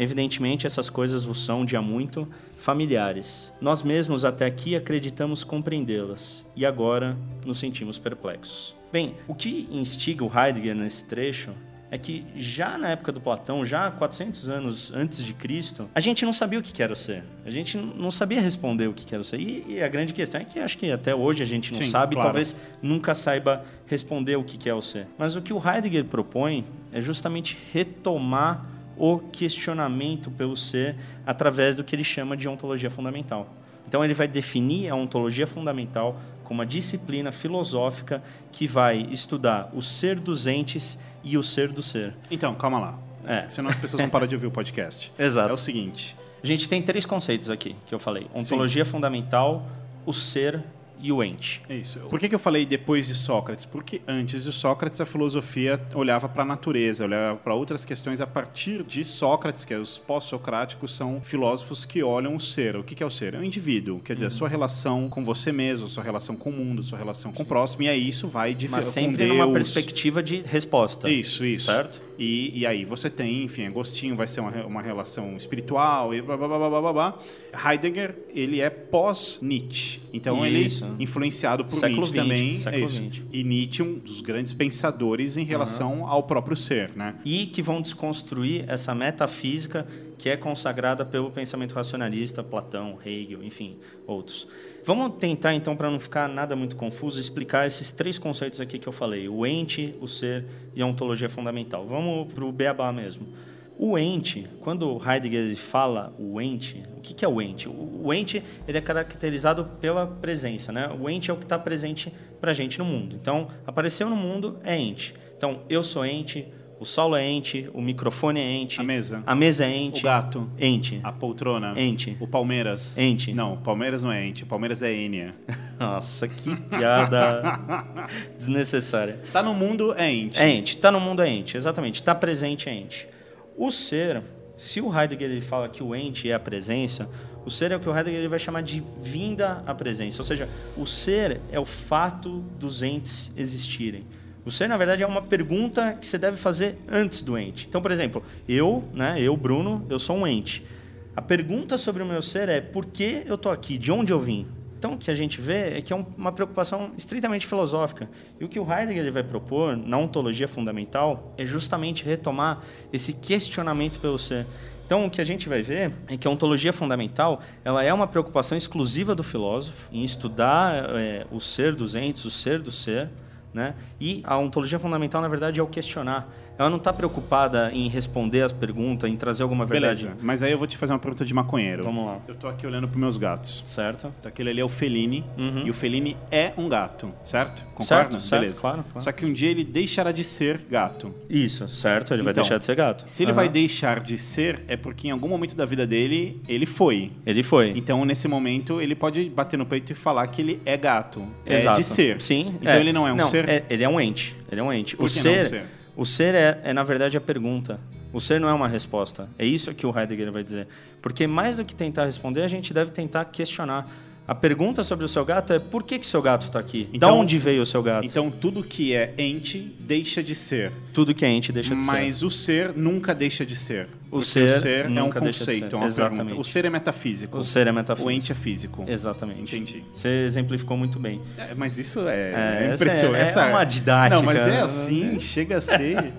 [SPEAKER 3] Evidentemente, essas coisas vos são, de há muito, familiares. Nós mesmos até aqui acreditamos compreendê-las, e agora nos sentimos perplexos. Bem, o que instiga o Heidegger nesse trecho é que já na época do Platão, já quatrocentos anos antes de Cristo, a gente não sabia o que era o ser. A gente não sabia responder o que era o ser. E, e a grande questão é que acho que até hoje a gente não
[SPEAKER 2] Sim,
[SPEAKER 3] sabe,
[SPEAKER 2] claro.
[SPEAKER 3] talvez nunca saiba responder o que é o ser. Mas o que o Heidegger propõe é justamente retomar o questionamento pelo ser através do que ele chama de ontologia fundamental. Então ele vai definir a ontologia fundamental como uma disciplina filosófica que vai estudar o ser dos entes e o ser do ser.
[SPEAKER 2] Então, calma lá.
[SPEAKER 3] É.
[SPEAKER 2] Senão as pessoas vão parar de ouvir o podcast.
[SPEAKER 3] Exato.
[SPEAKER 2] É o seguinte.
[SPEAKER 3] A gente tem três conceitos aqui que eu falei. Ontologia
[SPEAKER 2] Sim.
[SPEAKER 3] fundamental, o ser e o ente.
[SPEAKER 2] É isso. Por que, que eu falei depois de Sócrates? Porque antes de Sócrates a filosofia olhava para a natureza, olhava para outras questões a partir de Sócrates, que é os pós-socráticos são filósofos que olham o ser. O que, que é o ser? É o indivíduo, quer dizer, a sua relação com você mesmo, a sua relação com o mundo, a sua relação com o próximo, e aí isso vai diferir
[SPEAKER 3] Mas
[SPEAKER 2] com
[SPEAKER 3] sempre
[SPEAKER 2] Deus.
[SPEAKER 3] numa perspectiva de resposta.
[SPEAKER 2] Isso, isso.
[SPEAKER 3] Certo?
[SPEAKER 2] E, e aí você tem, enfim, Agostinho vai ser uma, uma relação espiritual e blá, blá, blá, blá, blá, blá. Heidegger, ele é pós-Nietzsche. Então
[SPEAKER 3] Isso.
[SPEAKER 2] ele, influenciado por
[SPEAKER 3] Século
[SPEAKER 2] Nietzsche
[SPEAKER 3] vinte,
[SPEAKER 2] também.
[SPEAKER 3] século
[SPEAKER 2] É isso.
[SPEAKER 3] vinte.
[SPEAKER 2] E Nietzsche, um dos grandes pensadores em relação ao próprio ser, né?
[SPEAKER 3] E que vão desconstruir essa metafísica que é consagrada pelo pensamento racionalista, Platão, Hegel, enfim, outros. Vamos tentar, então, para não ficar nada muito confuso, explicar esses três conceitos aqui que eu falei: o ente, o ser e a ontologia fundamental. Vamos para o beabá mesmo. O ente, quando Heidegger fala o ente, o que é o ente? O ente ele é caracterizado pela presença, né? O ente é o que está presente para a gente no mundo. Então, apareceu no mundo, é ente. Então, eu sou ente, o Saulo é ente, o microfone é ente.
[SPEAKER 2] A mesa.
[SPEAKER 3] A mesa é ente.
[SPEAKER 2] O gato.
[SPEAKER 3] Ente.
[SPEAKER 2] A poltrona.
[SPEAKER 3] Ente.
[SPEAKER 2] O Palmeiras.
[SPEAKER 3] Ente.
[SPEAKER 2] Não, Palmeiras não é ente. Palmeiras é Enia.
[SPEAKER 3] Nossa, que piada desnecessária.
[SPEAKER 2] Tá no mundo, é ente.
[SPEAKER 3] É ente. Tá no mundo, é ente. Exatamente. Tá presente, é ente. O ser, se o Heidegger ele fala que o ente é a presença, o ser é o que o Heidegger ele vai chamar de vinda à presença. Ou seja, o ser é o fato dos entes existirem. O ser, na verdade, é uma pergunta que você deve fazer antes do ente. Então, por exemplo, eu, né, eu, Bruno, eu sou um ente. A pergunta sobre o meu ser é: por que eu estou aqui? De onde eu vim? Então, o que a gente vê é que é uma preocupação estritamente filosófica. E o que o Heidegger ele vai propor na ontologia fundamental é justamente retomar esse questionamento pelo ser. Então, o que a gente vai ver é que a ontologia fundamental ela é uma preocupação exclusiva do filósofo em estudar é, o ser dos entes, o ser do ser, né? E a ontologia fundamental, na verdade, é o questionar. Ela não está preocupada em responder as perguntas, em trazer alguma verdade.
[SPEAKER 2] Beleza, mas aí eu vou te fazer uma pergunta de maconheiro.
[SPEAKER 3] Vamos lá.
[SPEAKER 2] Eu tô aqui olhando pros meus gatos.
[SPEAKER 3] Certo.
[SPEAKER 2] Então, aquele ali é o Fellini,
[SPEAKER 3] Uhum.
[SPEAKER 2] e o Fellini é um gato, certo? Concorda?
[SPEAKER 3] Certo, certo,
[SPEAKER 2] Beleza.
[SPEAKER 3] claro, claro.
[SPEAKER 2] Só que um dia ele deixará de ser gato.
[SPEAKER 3] Isso, certo. Ele vai
[SPEAKER 2] Então,
[SPEAKER 3] deixar de ser gato.
[SPEAKER 2] Se ele
[SPEAKER 3] Aham.
[SPEAKER 2] vai deixar de ser, é porque em algum momento da vida dele, ele foi.
[SPEAKER 3] Ele foi.
[SPEAKER 2] Então, nesse momento, ele pode bater no peito e falar que ele é gato.
[SPEAKER 3] Exato.
[SPEAKER 2] É de ser.
[SPEAKER 3] Sim.
[SPEAKER 2] Então, ele não é um ser?
[SPEAKER 3] é- ele é um ente. Ele é um ente.
[SPEAKER 2] Por
[SPEAKER 3] o
[SPEAKER 2] que
[SPEAKER 3] ser,
[SPEAKER 2] não um ser?
[SPEAKER 3] O ser é, é, na verdade, a pergunta. O ser não é uma resposta. É isso que o Heidegger vai dizer. Porque mais do que tentar responder, a gente deve tentar questionar. A pergunta sobre o seu gato é: por que que seu gato está aqui?
[SPEAKER 2] Então-
[SPEAKER 3] de onde veio o seu gato?
[SPEAKER 2] Então, tudo que é ente deixa de ser.
[SPEAKER 3] Tudo que é ente deixa de ser.
[SPEAKER 2] Mas o ser nunca deixa de ser.
[SPEAKER 3] O
[SPEAKER 2] Porque
[SPEAKER 3] ser
[SPEAKER 2] o ser é um
[SPEAKER 3] nunca deixa de
[SPEAKER 2] conceito,
[SPEAKER 3] ser.
[SPEAKER 2] é uma
[SPEAKER 3] Exatamente.
[SPEAKER 2] pergunta. O ser é metafísico.
[SPEAKER 3] O ser é metafísico.
[SPEAKER 2] O ente é físico.
[SPEAKER 3] Exatamente.
[SPEAKER 2] Entendi.
[SPEAKER 3] Você exemplificou muito bem.
[SPEAKER 2] É, mas isso é,
[SPEAKER 3] É,
[SPEAKER 2] é
[SPEAKER 3] essa
[SPEAKER 2] impressionante.
[SPEAKER 3] é- é uma didática,
[SPEAKER 2] Não, mas é
[SPEAKER 3] né?
[SPEAKER 2] assim, chega a ser.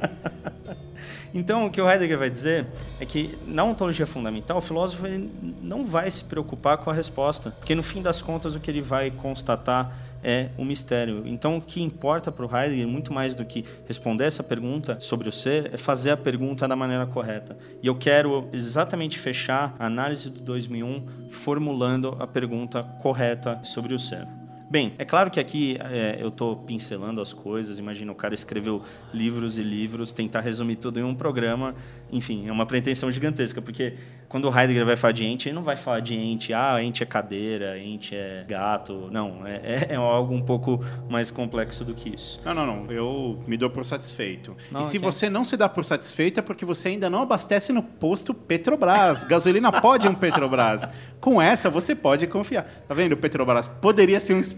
[SPEAKER 3] Então, o que o Heidegger vai dizer é que, na ontologia fundamental, o filósofo ele não vai se preocupar com a resposta, porque, no fim das contas, o que ele vai constatar é o mistério. Então, o que importa para o Heidegger, muito mais do que responder essa pergunta sobre o ser, é fazer a pergunta da maneira correta. E eu quero exatamente fechar a análise do dois mil e um formulando a pergunta correta sobre o ser. Bem, é claro que aqui é, eu estou pincelando as coisas. Imagina, o cara escreveu livros e livros, tentar resumir tudo em um programa. Enfim, é uma pretensão gigantesca, porque quando o Heidegger vai falar de ente, ele não vai falar de ente, ah, ente é cadeira, ente é gato. Não, é, é algo um pouco mais complexo do que isso.
[SPEAKER 2] Não, não, não. Eu me dou por satisfeito.
[SPEAKER 3] Não,
[SPEAKER 2] e se
[SPEAKER 3] ok.
[SPEAKER 2] você não se dá por satisfeito é porque você ainda não abastece no posto Petrobras. Gasolina pode um Petrobras. Com essa, você pode confiar. Tá vendo? O Petrobras poderia ser um,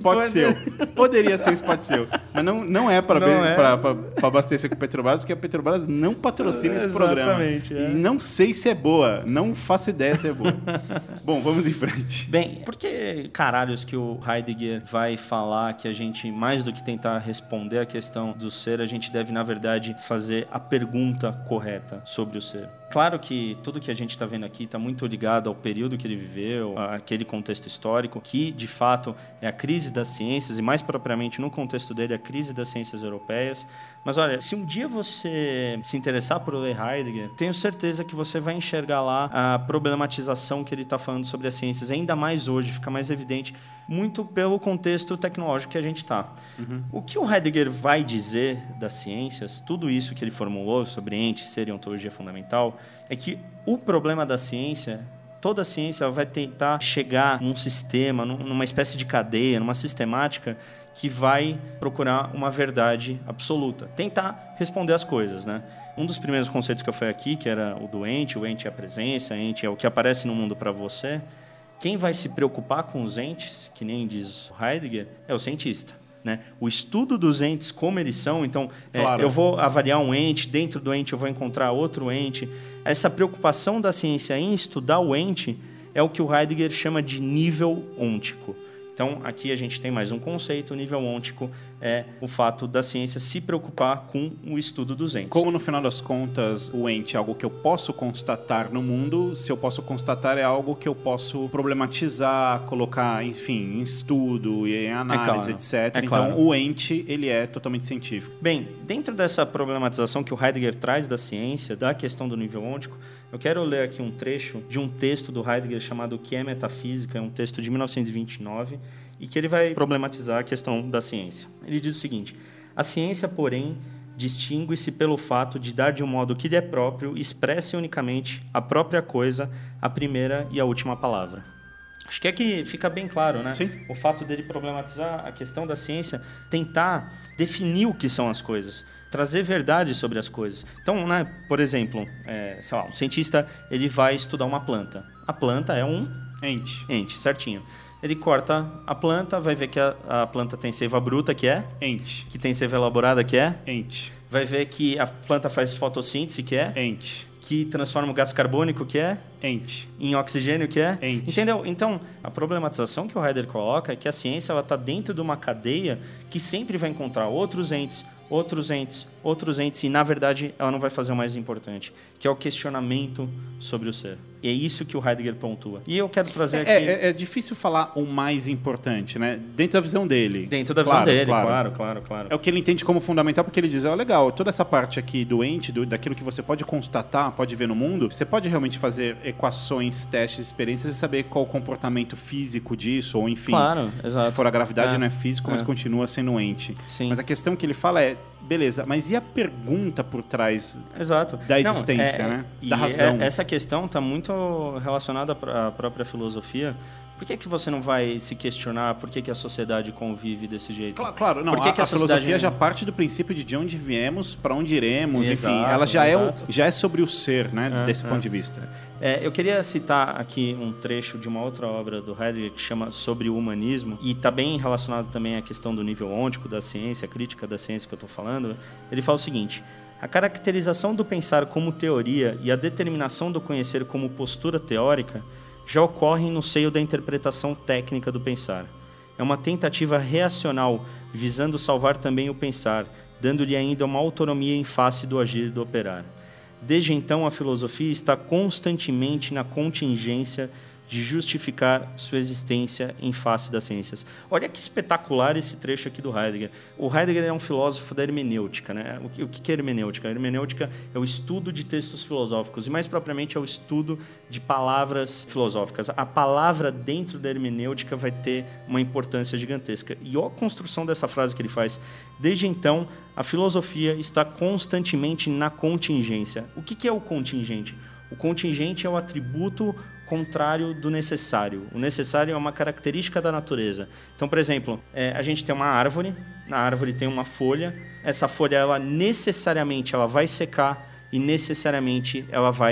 [SPEAKER 2] spot
[SPEAKER 3] Pode...
[SPEAKER 2] seu. Poderia ser um spot seu. Mas não, não é para
[SPEAKER 3] é.
[SPEAKER 2] abastecer com a Petrobras, porque a Petrobras não patrocina esse programa.
[SPEAKER 3] Exatamente. É.
[SPEAKER 2] E não sei se é boa. Não faço ideia se é boa. Bom, vamos em frente.
[SPEAKER 3] Bem, por que caralhos que o Heidegger vai falar que a gente, mais do que tentar responder a questão do ser, a gente deve, na verdade, fazer a pergunta correta sobre o ser? Claro que tudo que a gente está vendo aqui está muito ligado ao período que ele viveu, àquele contexto histórico, que, de fato, é a crise das ciências, e mais propriamente no contexto dele, a crise das ciências europeias. Mas, olha, se um dia você se interessar por ler Heidegger, tenho certeza que você vai enxergar lá a problematização que ele está falando sobre as ciências, ainda mais hoje, fica mais evidente, muito pelo contexto tecnológico que a gente está. Uhum. O que o Heidegger vai dizer das ciências, tudo isso que ele formulou sobre ente, ser e ontologia fundamental, é que o problema da ciência, toda a ciência vai tentar chegar num sistema, numa espécie de cadeia, numa sistemática que vai procurar uma verdade absoluta, tentar responder as coisas, né? Um dos primeiros conceitos que eu falei aqui, que era o do ente, o ente é a presença, o ente é o que aparece no mundo para você. Quem vai se preocupar com os entes, que nem diz Heidegger, é o cientista. Né? O estudo dos entes, como eles são, então claro. é, eu vou avaliar um ente, dentro do ente eu vou encontrar outro ente. Essa preocupação da ciência em estudar o ente é o que o Heidegger chama de nível ôntico. Então, aqui a gente tem mais um conceito, o nível ôntico é o fato da ciência se preocupar com o estudo dos entes.
[SPEAKER 2] Como, no final das contas, o ente é algo que eu posso constatar no mundo, se eu posso constatar é algo que eu posso problematizar, colocar, enfim, em estudo e em análise,
[SPEAKER 3] é claro.
[SPEAKER 2] etcétera.
[SPEAKER 3] É
[SPEAKER 2] então,
[SPEAKER 3] claro.
[SPEAKER 2] o ente, ele é totalmente científico.
[SPEAKER 3] Bem, dentro dessa problematização que o Heidegger traz da ciência, da questão do nível ôntico, eu quero ler aqui um trecho de um texto do Heidegger chamado O que é Metafísica, é um texto de mil novecentos e vinte e nove, e que ele vai problematizar a questão da ciência. Ele diz o seguinte: a ciência, porém, distingue-se pelo fato de dar de um modo que lhe é próprio, expresse unicamente a própria coisa, a primeira e a última palavra. Acho que aqui fica bem claro, né?
[SPEAKER 2] Sim.
[SPEAKER 3] O fato dele problematizar a questão da ciência, tentar definir o que são as coisas, trazer verdade sobre as coisas. Então, né, por exemplo, é, sei lá, um cientista ele vai estudar uma planta. A planta é um
[SPEAKER 2] ente.
[SPEAKER 3] Ente, certinho. Ele corta a planta, vai ver que a, a planta tem seiva bruta, que é?
[SPEAKER 2] Ente.
[SPEAKER 3] Que tem seiva elaborada, que é?
[SPEAKER 2] Ente.
[SPEAKER 3] Vai ver que a planta faz fotossíntese, que é?
[SPEAKER 2] Ente.
[SPEAKER 3] Que transforma o gás carbônico, que é?
[SPEAKER 2] Ente.
[SPEAKER 3] Em oxigênio, que é?
[SPEAKER 2] Ente.
[SPEAKER 3] Entendeu? Então, a problematização que o Heidegger coloca é que a ciência está dentro de uma cadeia que sempre vai encontrar outros entes, outros entes, outros entes, e, na verdade, ela não vai fazer o mais importante, que é o questionamento sobre o ser. E é isso que o Heidegger pontua. E eu quero trazer aqui...
[SPEAKER 2] É, é, é difícil falar o mais importante, né? Dentro da visão dele.
[SPEAKER 3] Dentro da
[SPEAKER 2] claro,
[SPEAKER 3] visão dele,
[SPEAKER 2] claro.
[SPEAKER 3] claro, claro, claro.
[SPEAKER 2] É o que ele entende como fundamental, porque ele diz, ó, oh, legal, toda essa parte aqui do ente, do, daquilo que você pode constatar, pode ver no mundo, você pode realmente fazer equações, testes, experiências e saber qual o comportamento físico disso, ou enfim,
[SPEAKER 3] claro, exato.
[SPEAKER 2] Se for a gravidade
[SPEAKER 3] é.
[SPEAKER 2] não é físico, mas
[SPEAKER 3] é.
[SPEAKER 2] continua sendo um ente.
[SPEAKER 3] Sim.
[SPEAKER 2] Mas a questão que ele fala é, beleza, mas e a pergunta por trás
[SPEAKER 3] Exato.
[SPEAKER 2] da existência,
[SPEAKER 3] não, é,
[SPEAKER 2] né?
[SPEAKER 3] E
[SPEAKER 2] da razão.
[SPEAKER 3] É, essa questão está muito relacionada à própria filosofia. Por que, que você não vai se questionar por que, que a sociedade convive desse jeito?
[SPEAKER 2] Claro, claro. Não,
[SPEAKER 3] por que
[SPEAKER 2] a,
[SPEAKER 3] que a,
[SPEAKER 2] a filosofia
[SPEAKER 3] sociedade...
[SPEAKER 2] já parte do princípio de de onde viemos, para onde iremos,
[SPEAKER 3] Exato,
[SPEAKER 2] enfim. Ela já é, o,
[SPEAKER 3] exato.
[SPEAKER 2] já é sobre o ser, né?
[SPEAKER 3] É,
[SPEAKER 2] desse
[SPEAKER 3] é.
[SPEAKER 2] ponto de vista.
[SPEAKER 3] É, eu queria citar aqui um trecho de uma outra obra do Heidegger que chama Sobre o Humanismo, e está bem relacionado também à questão do nível ôntico da ciência, a crítica da ciência que eu estou falando. Ele fala o seguinte: a caracterização do pensar como teoria e a determinação do conhecer como postura teórica já ocorrem no seio da interpretação técnica do pensar. É uma tentativa reacional, visando salvar também o pensar, dando-lhe ainda uma autonomia em face do agir e do operar. Desde então, a filosofia está constantemente na contingência de justificar sua existência em face das ciências. Olha que espetacular esse trecho aqui do Heidegger. O Heidegger é um filósofo da hermenêutica, né? O que, o que é hermenêutica? A hermenêutica é o estudo de textos filosóficos, e mais propriamente é o estudo de palavras filosóficas. A palavra dentro da hermenêutica vai ter uma importância gigantesca. E olha a construção dessa frase que ele faz. Desde então, a filosofia está constantemente na contingência. O que, que é o contingente? O contingente é o atributo contrário do necessário. O necessário é uma característica da natureza. Então, por exemplo, é, a gente tem uma árvore, na árvore tem uma folha, essa folha ela necessariamente ela vai secar e necessariamente ela vai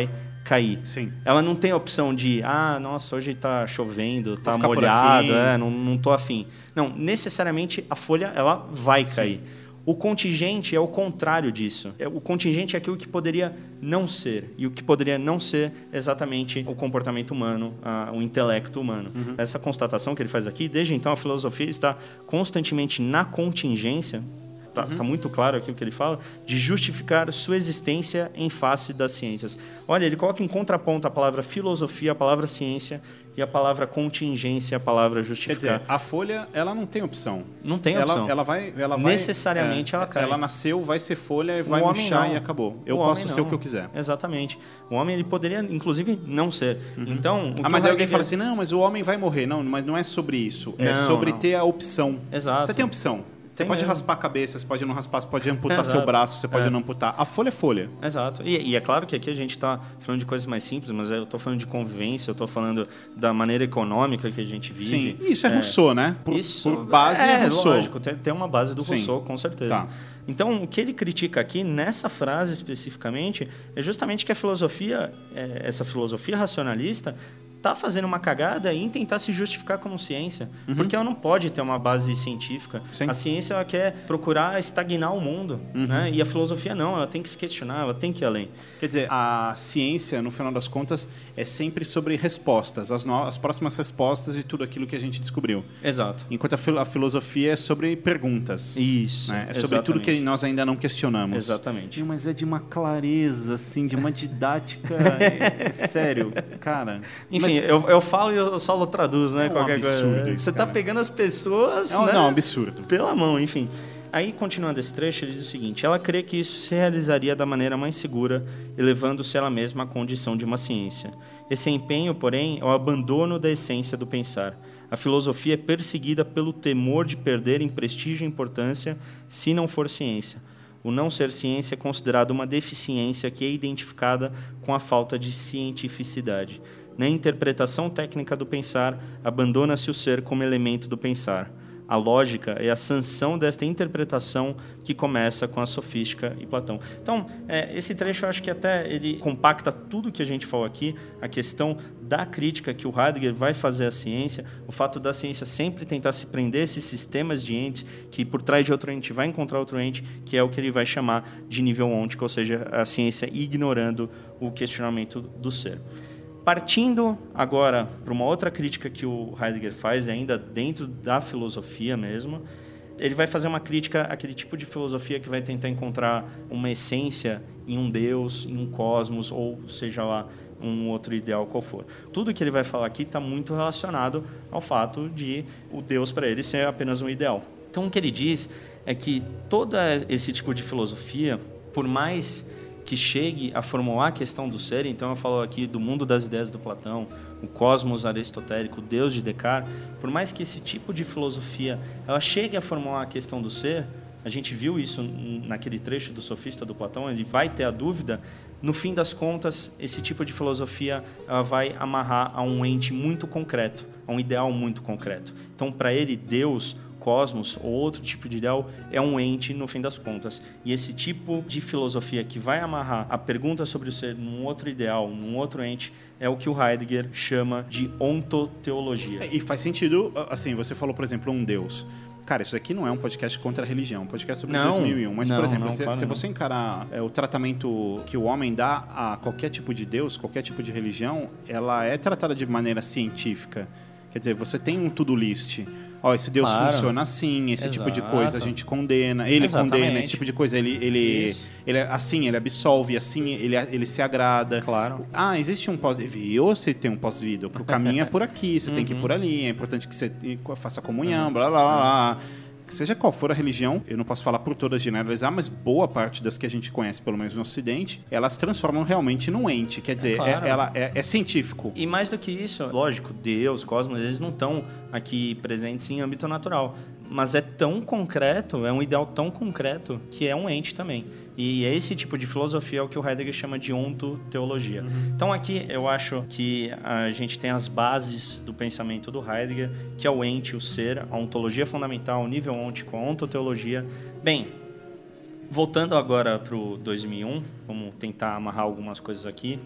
[SPEAKER 3] cair.
[SPEAKER 2] Sim.
[SPEAKER 3] Ela não tem a opção de, ah, nossa, hoje tá chovendo, tá
[SPEAKER 2] ficar por
[SPEAKER 3] molhado,
[SPEAKER 2] aqui.
[SPEAKER 3] é, não, não tô afim. Não, necessariamente a folha ela vai cair. O contingente é o contrário disso. O contingente é aquilo que poderia não ser. E o que poderia não ser exatamente o comportamento humano, a, o intelecto humano. Uhum. Essa constatação que ele faz aqui, desde então a filosofia está constantemente na contingência, está uhum. tá muito claro aqui o que ele fala, de justificar sua existência em face das ciências. Olha, ele coloca em contraponto a palavra filosofia, a palavra ciência, e a palavra contingência, a palavra justificar.
[SPEAKER 2] Quer dizer, a folha, ela não tem opção.
[SPEAKER 3] Não tem
[SPEAKER 2] ela,
[SPEAKER 3] opção.
[SPEAKER 2] Ela vai, ela vai,
[SPEAKER 3] necessariamente
[SPEAKER 2] é,
[SPEAKER 3] ela cai.
[SPEAKER 2] Ela nasceu, vai ser folha, e vai
[SPEAKER 3] o
[SPEAKER 2] murchar
[SPEAKER 3] não.
[SPEAKER 2] e acabou. Eu
[SPEAKER 3] o
[SPEAKER 2] posso
[SPEAKER 3] ser
[SPEAKER 2] não. o que eu quiser.
[SPEAKER 3] Exatamente. O homem ele poderia, inclusive, não ser. Uhum. Então, o
[SPEAKER 2] ah, mas
[SPEAKER 3] o
[SPEAKER 2] alguém fala assim, não, mas o homem vai morrer. Não, mas não é sobre isso. É
[SPEAKER 3] não,
[SPEAKER 2] sobre
[SPEAKER 3] não.
[SPEAKER 2] ter a opção.
[SPEAKER 3] Exato.
[SPEAKER 2] Você tem opção. Você
[SPEAKER 3] Tem
[SPEAKER 2] pode
[SPEAKER 3] mesmo.
[SPEAKER 2] raspar a cabeça, você pode não raspar, você pode amputar
[SPEAKER 3] Exato.
[SPEAKER 2] seu braço, você pode
[SPEAKER 3] é.
[SPEAKER 2] não amputar. A folha é folha.
[SPEAKER 3] Exato. E, e é claro que aqui a gente está falando de coisas mais simples, mas eu estou falando de convivência, eu estou falando da maneira econômica que a gente vive.
[SPEAKER 2] Sim, isso é, é Rousseau, né? Por,
[SPEAKER 3] isso
[SPEAKER 2] por base
[SPEAKER 3] é,
[SPEAKER 2] é Rousseau.
[SPEAKER 3] Lógico, tem, tem uma base do
[SPEAKER 2] Sim.
[SPEAKER 3] Rousseau, com certeza.
[SPEAKER 2] Tá.
[SPEAKER 3] Então, o que ele critica aqui, nessa frase especificamente, é justamente que a filosofia, é, essa filosofia racionalista, está fazendo uma cagada em tentar se justificar como ciência. Uhum. Porque ela não pode ter uma base científica.
[SPEAKER 2] Sim.
[SPEAKER 3] A ciência ela quer procurar estagnar o mundo. Uhum. Né? E a filosofia não, ela tem que se questionar, ela tem que ir além.
[SPEAKER 2] Quer dizer, a ciência, no final das contas, é sempre sobre respostas. As, no... as próximas respostas de tudo aquilo que a gente descobriu.
[SPEAKER 3] Exato.
[SPEAKER 2] Enquanto a, fil... a filosofia é sobre perguntas.
[SPEAKER 3] Isso.
[SPEAKER 2] Né? É sobre
[SPEAKER 3] exatamente.
[SPEAKER 2] tudo que nós ainda não questionamos.
[SPEAKER 3] Exatamente.
[SPEAKER 2] Mas é de uma clareza, assim, de uma didática... é, é sério, cara.
[SPEAKER 3] Enfim,
[SPEAKER 2] Mas...
[SPEAKER 3] eu, eu falo e o Saulo traduz, né?
[SPEAKER 2] É um
[SPEAKER 3] qualquer
[SPEAKER 2] absurdo
[SPEAKER 3] coisa.
[SPEAKER 2] isso,
[SPEAKER 3] Você tá
[SPEAKER 2] cara.
[SPEAKER 3] pegando as pessoas,
[SPEAKER 2] é um,
[SPEAKER 3] né?
[SPEAKER 2] Não, absurdo.
[SPEAKER 3] Pela mão, enfim. Aí, continuando esse trecho, ele diz o seguinte: ela crê que isso se realizaria da maneira mais segura, elevando-se ela mesma à condição de uma ciência. Esse empenho, porém, é o abandono da essência do pensar. A filosofia é perseguida pelo temor de perder em prestígio e importância se não for ciência. O não ser ciência é considerado uma deficiência que é identificada com a falta de cientificidade. Na interpretação técnica do pensar, abandona-se o ser como elemento do pensar. A lógica é a sanção desta interpretação que começa com a sofística e Platão. Então, é, esse trecho eu acho que até ele compacta tudo que a gente falou aqui, a questão da crítica que o Heidegger vai fazer à ciência, o fato da ciência sempre tentar se prender a esses sistemas de entes, que por trás de outro ente vai encontrar outro ente, que é o que ele vai chamar de nível ôntico, ou seja, a ciência ignorando o questionamento do ser. Partindo agora para uma outra crítica que o Heidegger faz, ainda dentro da filosofia mesmo, ele vai fazer uma crítica àquele tipo de filosofia que vai tentar encontrar uma essência em um Deus, em um cosmos, ou seja lá, um outro ideal qual for. Tudo que ele vai falar aqui está muito relacionado ao fato de o Deus para ele ser apenas um ideal. Então o que ele diz é que todo esse tipo de filosofia, por mais que chegue a formular a questão do ser, então eu falo aqui do mundo das ideias do Platão, o cosmos aristotélico, o Deus de Descartes, por mais que esse tipo de filosofia ela chegue a formular a questão do ser, a gente viu isso naquele trecho do Sofista do Platão, ele vai ter a dúvida, no fim das contas, esse tipo de filosofia ela vai amarrar a um ente muito concreto, a um ideal muito concreto. Então, para ele, Deus, cosmos ou outro tipo de ideal é um ente no fim das contas. E esse tipo de filosofia que vai amarrar a pergunta sobre o ser num outro ideal, num outro ente, é o que o Heidegger chama de ontoteologia.
[SPEAKER 2] E faz sentido, assim, você falou, por exemplo, um Deus. Cara, isso aqui não é um podcast contra a religião, é um podcast sobre
[SPEAKER 3] não,
[SPEAKER 2] dois mil e um. Mas,
[SPEAKER 3] não,
[SPEAKER 2] por exemplo,
[SPEAKER 3] não,
[SPEAKER 2] se,
[SPEAKER 3] claro
[SPEAKER 2] se
[SPEAKER 3] não.
[SPEAKER 2] você encarar é, o tratamento que o homem dá a qualquer tipo de Deus, qualquer tipo de religião, ela é tratada de maneira científica. Quer dizer, você tem um to-do list. Ó, esse Deus
[SPEAKER 3] claro.
[SPEAKER 2] funciona assim, esse
[SPEAKER 3] Exato.
[SPEAKER 2] tipo de coisa a gente condena, ele
[SPEAKER 3] Exatamente.
[SPEAKER 2] condena, esse tipo de coisa, ele, ele, ele assim, ele absolve, assim, ele, ele se agrada.
[SPEAKER 3] Claro.
[SPEAKER 2] Ah, existe um pós-vida, ou você tem um pós-vida, porque o caminho é por aqui, você
[SPEAKER 3] uhum.
[SPEAKER 2] tem que ir por ali, é importante que você faça comunhão, uhum. blá, blá, blá, blá. Seja qual for a religião, eu não posso falar por todas generalizar, mas boa parte das que a gente conhece, pelo menos no Ocidente, elas transformam realmente num ente. Quer dizer,
[SPEAKER 3] é, claro.
[SPEAKER 2] é, ela é, é científico.
[SPEAKER 3] E mais do que isso, lógico, Deus, cosmos, eles não estão aqui presentes em âmbito natural. Mas é tão concreto, é um ideal tão concreto, que é um ente também. E esse tipo de filosofia é o que o Heidegger chama de ontoteologia. Uhum. Então aqui eu acho que a gente tem as bases do pensamento do Heidegger, que é o ente, o ser, a ontologia fundamental, o nível ôntico, a ontoteologia. Bem, voltando agora para o dois mil e um, vamos tentar amarrar algumas coisas aqui.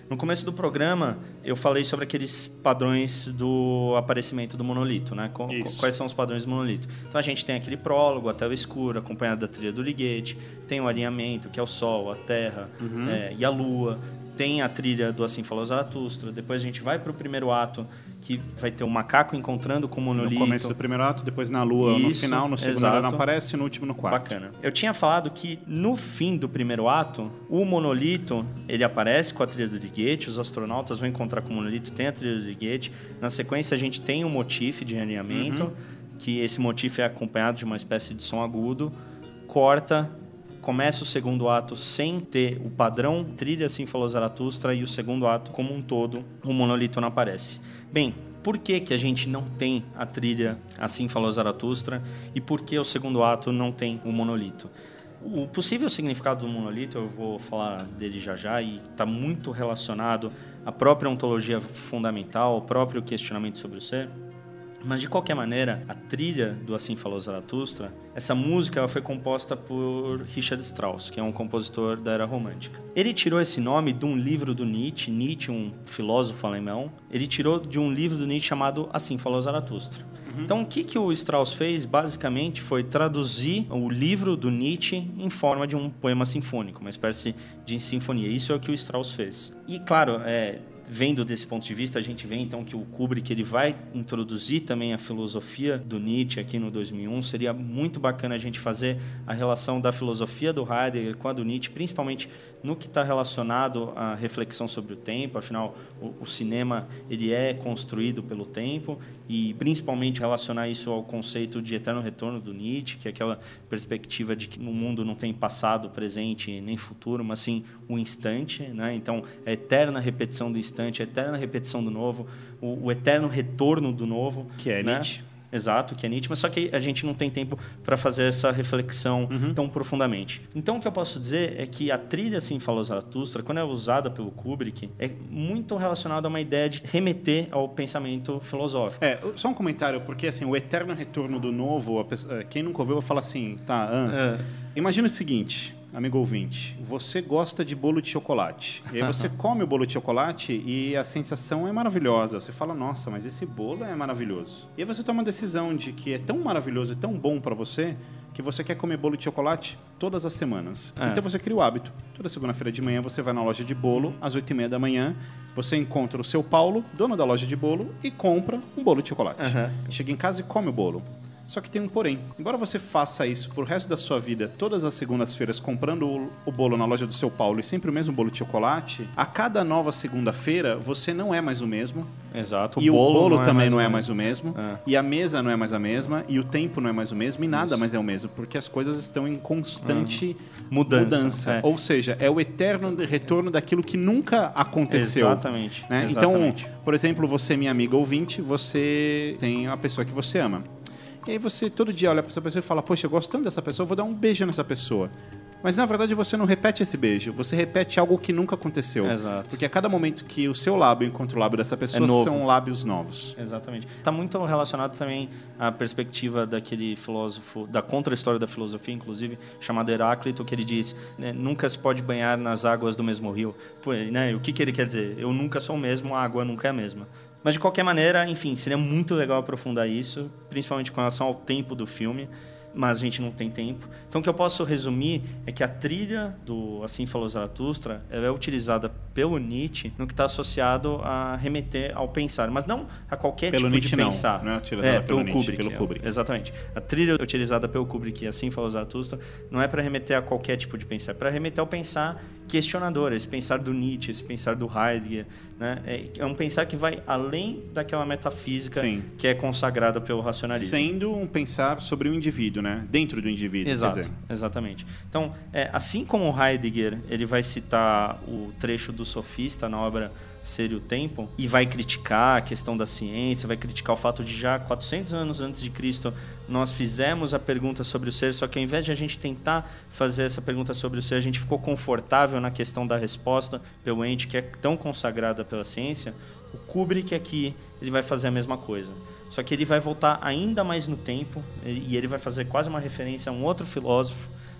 [SPEAKER 3] No começo do programa, eu falei sobre aqueles padrões do aparecimento do monolito, né? Co-
[SPEAKER 2] Isso.
[SPEAKER 3] Quais são os padrões do monolito? Então, a gente tem aquele prólogo, a tela escura, acompanhado da trilha do Ligeti, tem o alinhamento, que é o Sol, a Terra
[SPEAKER 2] Uhum.
[SPEAKER 3] é, e a Lua, tem a trilha do Assim Falou Zaratustra, depois a gente vai para o primeiro ato, que vai ter o macaco encontrando com o monolito.
[SPEAKER 2] No começo do primeiro ato, depois na Lua no
[SPEAKER 3] Isso,
[SPEAKER 2] final, no segundo
[SPEAKER 3] exato.
[SPEAKER 2] ele não aparece, no último no quarto.
[SPEAKER 3] Bacana. Eu tinha falado que no fim do primeiro ato, o monolito, ele aparece com a trilha do Ligeti, os astronautas vão encontrar com o monolito, tem a trilha do Ligeti. Na sequência, a gente tem um motif de alinhamento,
[SPEAKER 2] Uhum.
[SPEAKER 3] que esse motif é acompanhado de uma espécie de som agudo, corta, começa o segundo ato sem ter o padrão trilha Assim Falou Zaratustra, e o segundo ato como um todo, o monolito não aparece. Bem, por que que a gente não tem a trilha Assim Falou Zaratustra e por que o segundo ato não tem o monolito? O possível significado do monolito, eu vou falar dele já já, e está muito relacionado à própria ontologia fundamental, ao próprio questionamento sobre o ser. Mas, de qualquer maneira, a trilha do Assim Falou Zaratustra, essa música ela foi composta por Richard Strauss, que é um compositor da Era Romântica. Ele tirou esse nome de um livro do Nietzsche, Nietzsche, um filósofo alemão, ele tirou de um livro do Nietzsche chamado Assim Falou Zaratustra. Uhum. Então, o que, que o Strauss fez, basicamente, foi traduzir o livro do Nietzsche em forma de um poema sinfônico, uma espécie de sinfonia. Isso é o que o Strauss fez. E, claro, é... vendo desse ponto de vista, a gente vê então que o Kubrick ele vai introduzir também a filosofia do Nietzsche aqui no dois mil e um. Seria muito bacana a gente fazer a relação da filosofia do Heidegger com a do Nietzsche, principalmente no que está relacionado à reflexão sobre o tempo. Afinal, o, o cinema ele é construído pelo tempo, e principalmente relacionar isso ao conceito de eterno retorno do Nietzsche, que é aquela perspectiva de que no mundo não tem passado, presente nem futuro, mas sim o instante, né? Então, a eterna repetição do instante, a eterna repetição do novo, o, o eterno retorno do novo.
[SPEAKER 2] Que é
[SPEAKER 3] né?
[SPEAKER 2] Nietzsche.
[SPEAKER 3] Exato, que é Nietzsche, mas só que a gente não tem tempo para fazer essa reflexão uhum. tão profundamente. Então, o que eu posso dizer é que a trilha Assim Falou Zaratustra, quando é usada pelo Kubrick, é muito relacionada a uma ideia de remeter ao pensamento filosófico.
[SPEAKER 2] É, só um comentário, porque assim, o eterno retorno do novo, a pessoa, quem nunca ouviu, fala assim, tá, ah, é. Imagina o seguinte... Amigo ouvinte, você gosta de bolo de chocolate. E aí você come o bolo de chocolate e a sensação é maravilhosa. Você fala, nossa, mas esse bolo é maravilhoso. E aí você toma a decisão de que é tão maravilhoso e tão bom para você que você quer comer bolo de chocolate todas as semanas. É. Então você cria o hábito. Toda segunda-feira de manhã você vai na loja de bolo, às oito e meia da manhã, você encontra o seu Paulo, dono da loja de bolo, e compra um bolo de chocolate. Uhum. Chega em casa e come o bolo. Só que tem um porém. Embora você faça isso pro resto da sua vida, todas as segundas-feiras, comprando o, o bolo na loja do seu Paulo e sempre o mesmo bolo de chocolate, a cada nova segunda-feira, você não é mais o mesmo.
[SPEAKER 3] Exato. O
[SPEAKER 2] e
[SPEAKER 3] bolo
[SPEAKER 2] o bolo
[SPEAKER 3] não
[SPEAKER 2] também
[SPEAKER 3] é
[SPEAKER 2] não é mais o mesmo.
[SPEAKER 3] É.
[SPEAKER 2] E a mesa não é mais a mesma. E o tempo não é mais o mesmo. E nada isso. mais é o mesmo. Porque as coisas estão em constante uhum. mudança. mudança. É. Ou seja, é o eterno retorno daquilo que nunca aconteceu.
[SPEAKER 3] Exatamente.
[SPEAKER 2] Né?
[SPEAKER 3] Exatamente.
[SPEAKER 2] Então, por exemplo, você, minha amiga ouvinte, você tem a pessoa que você ama. E aí você todo dia olha para essa pessoa e fala, poxa, eu gosto tanto dessa pessoa, eu vou dar um beijo nessa pessoa. Mas, na verdade, você não repete esse beijo. Você repete algo que nunca aconteceu.
[SPEAKER 3] Exato.
[SPEAKER 2] Porque a cada momento que o seu lábio encontra o lábio dessa pessoa,
[SPEAKER 3] é
[SPEAKER 2] são lábios novos.
[SPEAKER 3] Exatamente. Está muito relacionado também à perspectiva daquele filósofo, da contra-história da filosofia, inclusive, chamado Heráclito, que ele diz, né, nunca se pode banhar nas águas do mesmo rio. Pô, né, o que, que ele quer dizer? Eu nunca sou o mesmo, a água nunca é a mesma. Mas, de qualquer maneira, enfim, seria muito legal aprofundar isso, principalmente com relação ao tempo do filme, mas a gente não tem tempo. Então, o que eu posso resumir é que a trilha do Assim Falou Zaratustra ela é utilizada pelo Nietzsche no que está associado a remeter ao pensar, mas não a qualquer
[SPEAKER 2] pelo
[SPEAKER 3] tipo
[SPEAKER 2] Nietzsche,
[SPEAKER 3] de pensar.
[SPEAKER 2] Não, não é utilizada
[SPEAKER 3] é,
[SPEAKER 2] pelo,
[SPEAKER 3] pelo
[SPEAKER 2] Nietzsche,
[SPEAKER 3] Kubrick.
[SPEAKER 2] Pelo Kubrick.
[SPEAKER 3] É, exatamente. A trilha utilizada pelo Kubrick, Assim Falou Zaratustra, não é para remeter a qualquer tipo de pensar, é para remeter ao pensar questionador, esse pensar do Nietzsche, esse pensar do Heidegger, né? É um pensar que vai além daquela metafísica Sim. que é consagrada pelo racionalismo.
[SPEAKER 2] Sendo um pensar sobre o indivíduo, né? Dentro do indivíduo.
[SPEAKER 3] Exato,
[SPEAKER 2] quer dizer.
[SPEAKER 3] exatamente. Então, é, assim como o Heidegger ele vai citar o trecho do Sofista na obra Ser e o Tempo, e vai criticar a questão da ciência, vai criticar o fato de já quatrocentos anos antes de Cristo nós fizemos a pergunta sobre o ser, só que ao invés de a gente tentar fazer essa pergunta sobre o ser, a gente ficou confortável na questão da resposta pelo ente que é tão consagrada pela ciência. O Kubrick aqui ele vai fazer a mesma coisa. Só que ele vai voltar ainda mais no tempo e ele vai fazer quase uma referência a um outro filósofo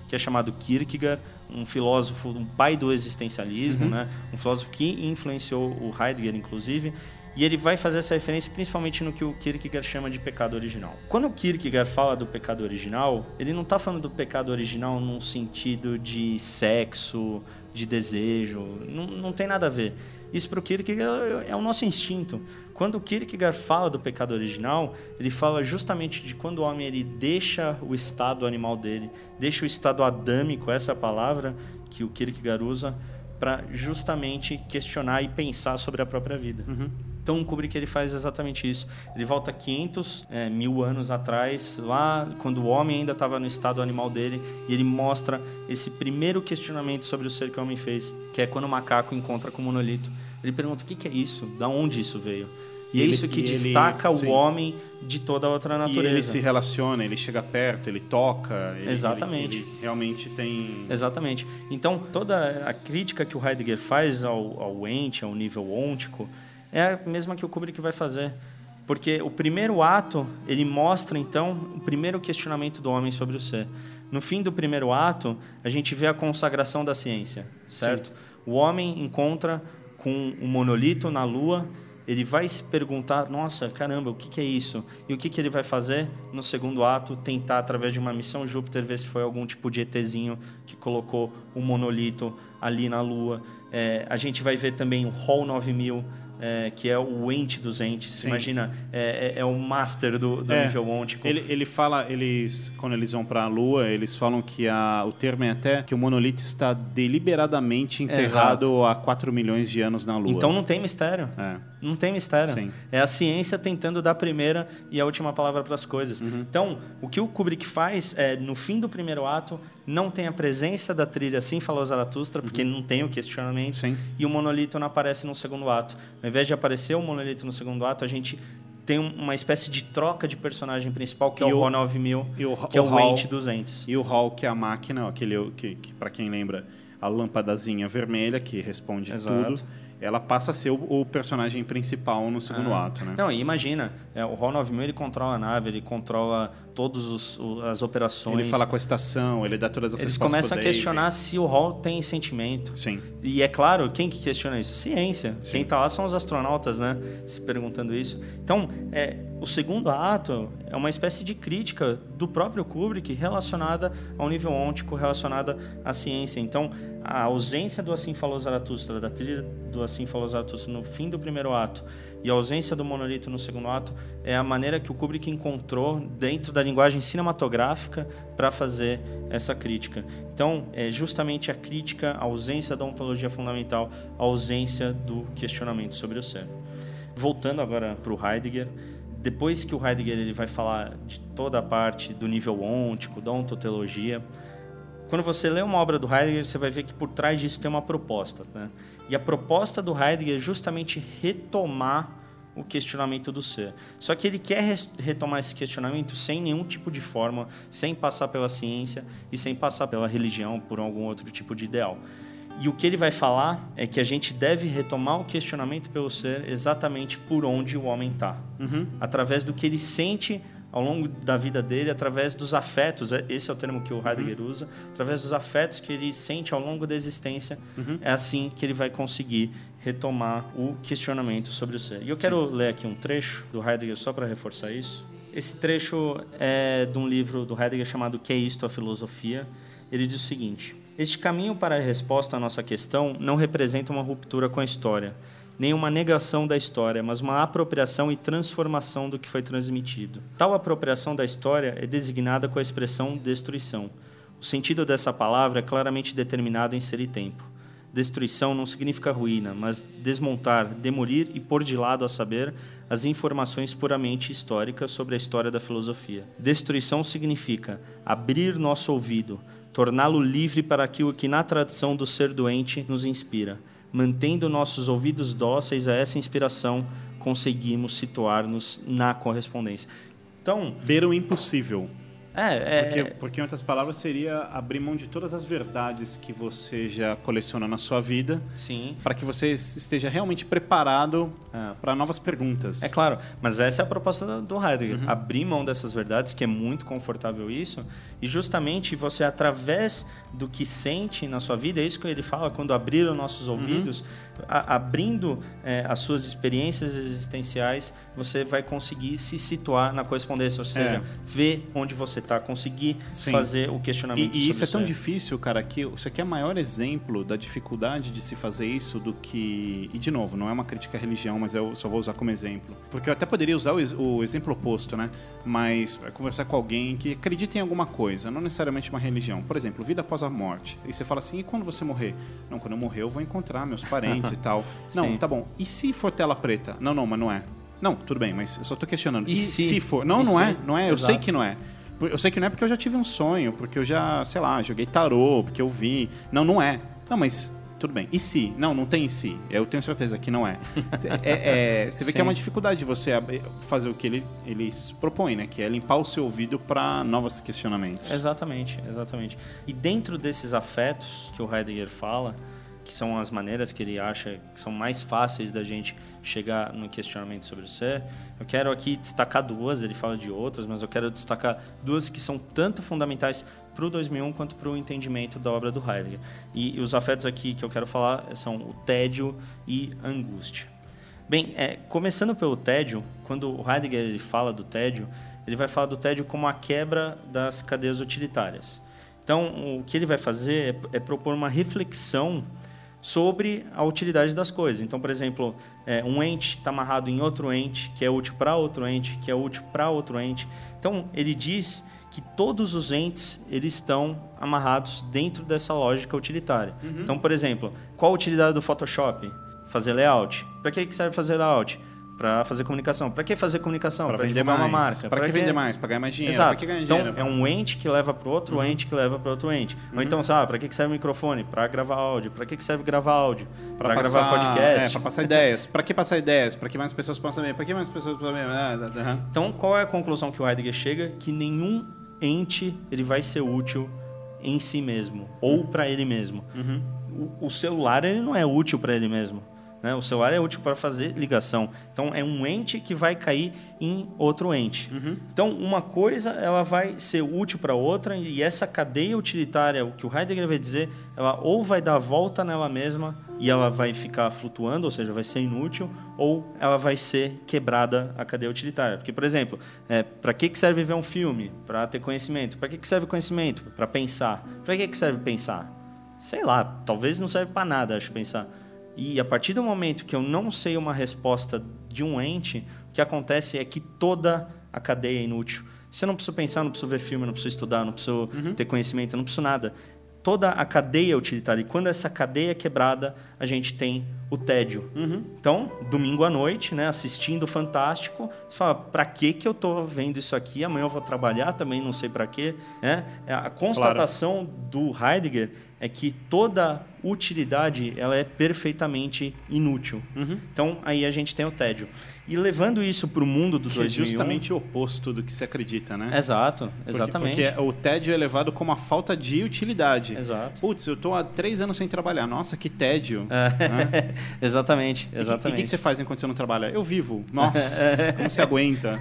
[SPEAKER 3] que é chamado Kierkegaard, um filósofo, um pai do existencialismo, uhum. né? Um filósofo que influenciou o Heidegger, inclusive, e ele vai fazer essa referência principalmente no que o Kierkegaard chama de pecado original. Quando o Kierkegaard fala do pecado original, ele não está falando do pecado original num sentido de sexo, de desejo, não, não tem nada a ver. Isso para o Kierkegaard é o nosso instinto. Quando o Kierkegaard fala do pecado original, ele fala justamente de quando o homem ele deixa o estado animal dele, deixa o estado adâmico, essa é a palavra que o Kierkegaard usa, para justamente questionar e pensar sobre a própria vida. Uhum. Então o Kubrick ele faz exatamente isso. Ele volta quinhentos é, mil anos atrás, lá quando o homem ainda estava no estado animal dele, e ele mostra esse primeiro questionamento sobre o ser que o homem fez, que é quando o macaco encontra com o monolito. Ele pergunta, o que, que é isso? Da onde isso veio? E, e é ele, isso que destaca ele, o sim. homem de toda a outra natureza.
[SPEAKER 2] E ele se relaciona, ele chega perto, ele toca. Ele,
[SPEAKER 3] Exatamente.
[SPEAKER 2] Ele, ele realmente tem...
[SPEAKER 3] Exatamente. Então, toda a crítica que o Heidegger faz ao, ao ente, ao nível ôntico, é a mesma que o Kubrick vai fazer. Porque o primeiro ato, ele mostra, então, o primeiro questionamento do homem sobre o ser. No fim do primeiro ato, a gente vê a consagração da ciência, certo? Sim. O homem encontra com um monolito na Lua, ele vai se perguntar, nossa, caramba, o que, que é isso? E o que, que ele vai fazer no segundo ato? Tentar, através de uma missão Júpiter, ver se foi algum tipo de ETzinho que colocou o monolito ali na Lua. É, a gente vai ver também o Hall nove mil, É, que é o ente dos entes. Sim. Imagina, é, é, é o master do, do é, nível ôntico.
[SPEAKER 2] Ele, ele fala, eles, quando eles vão para a Lua, eles falam que a, o termo é até que o monolito está deliberadamente enterrado Exato. há quatro milhões de anos na Lua.
[SPEAKER 3] Então não tem mistério. É. Não tem mistério.
[SPEAKER 2] Sim.
[SPEAKER 3] É a ciência tentando dar a primeira e a última palavra para as coisas. Uhum. Então, o que o Kubrick faz é, no fim do primeiro ato, não tem a presença da trilha Assim Falou Zaratustra, porque uhum. não tem o questionamento,
[SPEAKER 2] Sim.
[SPEAKER 3] e o monolito não aparece no segundo ato. Ao invés de aparecer o monolito no segundo ato, a gente tem uma espécie de troca de personagem principal, que e é o Hall nove mil, o, que é o, o ente dos entes.
[SPEAKER 2] E o Hall, que é a máquina, aquele que, que para quem lembra, a lâmpadazinha vermelha, que responde
[SPEAKER 3] Exato.
[SPEAKER 2] tudo. Ela passa a ser o, o personagem principal no segundo ah. ato, né?
[SPEAKER 3] Não, e imagina, é, o Hall nove mil ele controla a nave, ele controla todas as operações.
[SPEAKER 2] Ele fala com a estação, ele dá todas as
[SPEAKER 3] Eles
[SPEAKER 2] respostas.
[SPEAKER 3] Eles começam a questionar se o Hall tem sentimento.
[SPEAKER 2] Sim.
[SPEAKER 3] E é claro, quem que questiona isso? Ciência. Sim. Quem está lá são os astronautas, né? Se perguntando isso. Então, é, o segundo ato é uma espécie de crítica do próprio Kubrick relacionada ao nível ôntico, relacionada à ciência. Então, a ausência do Assim Falou Zaratustra, da trilha do Assim Falou Zaratustra no fim do primeiro ato, e a ausência do monolito no segundo ato, é a maneira que o Kubrick encontrou dentro da linguagem cinematográfica para fazer essa crítica. Então, é justamente a crítica à ausência da ontologia fundamental, a ausência do questionamento sobre o ser. Voltando agora para o Heidegger, depois que o Heidegger ele vai falar de toda a parte do nível ôntico, da ontologia, quando você lê uma obra do Heidegger, você vai ver que por trás disso tem uma proposta, né? E a proposta do Heidegger é justamente retomar o questionamento do ser. Só que ele quer retomar esse questionamento sem nenhum tipo de forma, sem passar pela ciência e sem passar pela religião, por algum outro tipo de ideal. E o que ele vai falar é que a gente deve retomar o questionamento pelo ser exatamente por onde o homem está. Uhum. Através do que ele sente ao longo da vida dele, através dos afetos, esse é o termo que o Heidegger uhum. usa, através dos afetos que ele sente ao longo da existência, uhum. é assim que ele vai conseguir retomar o questionamento sobre o ser. E eu quero Sim. ler aqui um trecho do Heidegger só para reforçar isso. Esse trecho é de um livro do Heidegger chamado Que é Isto a Filosofia? Ele diz o seguinte: este caminho para a resposta à nossa questão não representa uma ruptura com a história, nem uma negação da história, mas uma apropriação e transformação do que foi transmitido. Tal apropriação da história é designada com a expressão destruição. O sentido dessa palavra é claramente determinado em ser e tempo. Destruição não significa ruína, mas desmontar, demolir e pôr de lado, a saber, as informações puramente históricas sobre a história da filosofia. Destruição significa abrir nosso ouvido, torná-lo livre para aquilo que na tradição do ser doente nos inspira. Mantendo nossos ouvidos dóceis a essa inspiração, conseguimos situar-nos na correspondência. Então,
[SPEAKER 2] ver o impossível.
[SPEAKER 3] É, é...
[SPEAKER 2] Porque, porque, em outras palavras, seria abrir mão de todas as verdades que você já coleciona na sua vida.
[SPEAKER 3] Sim.
[SPEAKER 2] Para que você esteja realmente preparado é. para novas perguntas.
[SPEAKER 3] É claro, mas essa é a proposta do Heidegger. Uhum. Abrir mão dessas verdades, que é muito confortável isso, e justamente você, através do que sente na sua vida, é isso que ele fala, quando abrir os nossos ouvidos, uhum. a, abrindo é, as suas experiências existenciais, você vai conseguir se situar na correspondência, ou seja, é. ver onde você está, conseguir Sim. fazer o questionamento.
[SPEAKER 2] E, e isso é tão
[SPEAKER 3] ser.
[SPEAKER 2] difícil, cara, que isso aqui é o maior exemplo da dificuldade de se fazer isso do que... E, de novo, não é uma crítica à religião, mas eu só vou usar como exemplo. Porque eu até poderia usar o, o exemplo oposto, né? Mas conversar com alguém que acredita em alguma coisa, não necessariamente uma religião. Por exemplo, vida após a morte. E você fala assim, e quando você morrer? Não, quando eu morrer eu vou encontrar meus parentes e tal. Não, Sim. tá bom. E se for tela preta? Não, não, mas não é. Não, tudo bem, mas eu só tô questionando. E, e se? se for? Não, e não se? é, não é. Eu Exato. sei que não é. Eu sei que não é porque eu já tive um sonho, porque eu já, sei lá, joguei tarô, porque eu vi. Não, não é. Não, mas tudo bem. E se? Não, não tem e se. Eu tenho certeza que não é. é, é você vê Sim. que é uma dificuldade de você fazer o que ele, ele propõe, né? Que é limpar o seu ouvido para novos questionamentos.
[SPEAKER 3] Exatamente, exatamente. E dentro desses afetos que o Heidegger fala, que são as maneiras que ele acha que são mais fáceis da gente chegar no questionamento sobre o ser, eu quero aqui destacar duas, ele fala de outras, mas eu quero destacar duas que são tanto fundamentais para o dois mil e um quanto para o entendimento da obra do Heidegger. E, e os afetos aqui que eu quero falar são o tédio e a angústia. Bem, é, começando pelo tédio, quando o Heidegger ele fala do tédio, ele vai falar do tédio como a quebra das cadeias utilitárias. Então, o que ele vai fazer é, é propor uma reflexão sobre a utilidade das coisas. Então, por exemplo, é, um ente está amarrado em outro ente, que é útil para outro ente, que é útil para outro ente. Então, ele diz que todos os entes eles estão amarrados dentro dessa lógica utilitária. Uhum. Então, por exemplo, qual a utilidade do Photoshop? Fazer layout. Para que serve fazer layout? Para fazer comunicação. Para que fazer comunicação? Para
[SPEAKER 2] vender mais. Uma marca.
[SPEAKER 3] Para
[SPEAKER 2] que, que vender mais? Para ganhar mais dinheiro. Exato. Pra que ganhar
[SPEAKER 3] então,
[SPEAKER 2] dinheiro?
[SPEAKER 3] é um ente que leva para outro uhum. ente que leva para outro ente. Uhum. Ou então, sabe, para que serve o microfone? Para gravar áudio. Para que serve gravar áudio? Para gravar podcast.
[SPEAKER 2] É, para passar ideias. Para que passar ideias? Para que mais pessoas possam saber? Para que mais pessoas possam saber? Ah, uhum.
[SPEAKER 3] Então, qual é a conclusão que o Heidegger chega? Que nenhum ente ele vai ser útil em si mesmo. Ou uhum. para ele mesmo. Uhum. O, o celular ele não é útil para ele mesmo. Né? O celular é útil para fazer ligação. Então, é um ente que vai cair em outro ente. Uhum. Então, uma coisa ela vai ser útil para outra e essa cadeia utilitária, o que o Heidegger vai dizer, ela ou vai dar a volta nela mesma e ela vai ficar flutuando, ou seja, vai ser inútil, ou ela vai ser quebrada a cadeia utilitária. Porque, por exemplo, é, para que serve ver um filme? Para ter conhecimento. Para que serve conhecimento? Para pensar. Para que serve pensar? Sei lá, talvez não serve para nada, acho, pensar. E a partir do momento que eu não sei uma resposta de um ente, o que acontece é que toda a cadeia é inútil. Se eu não preciso pensar, eu não preciso ver filme, eu não preciso estudar, eu não preciso uhum. ter conhecimento, eu não preciso nada. Toda a cadeia é utilitária. E quando essa cadeia é quebrada, a gente tem o tédio. Uhum. Então, domingo à noite, né, assistindo o Fantástico, você fala, pra que que eu tô vendo isso aqui? Amanhã eu vou trabalhar, também não sei pra quê. Né? A constatação claro. do Heidegger é que toda utilidade ela é perfeitamente inútil. Uhum. Então, aí a gente tem o tédio. E levando isso para o mundo do que dois mil e um...
[SPEAKER 2] é justamente o oposto do que se acredita, né?
[SPEAKER 3] Exato, exatamente.
[SPEAKER 2] Porque, porque o tédio é levado como a falta de utilidade.
[SPEAKER 3] Exato.
[SPEAKER 2] Putz, eu estou há três anos sem trabalhar. Nossa, que tédio.
[SPEAKER 3] É.
[SPEAKER 2] Né?
[SPEAKER 3] exatamente, exatamente.
[SPEAKER 2] E o que, que você faz enquanto você não trabalha? Eu vivo. Nossa, como você aguenta?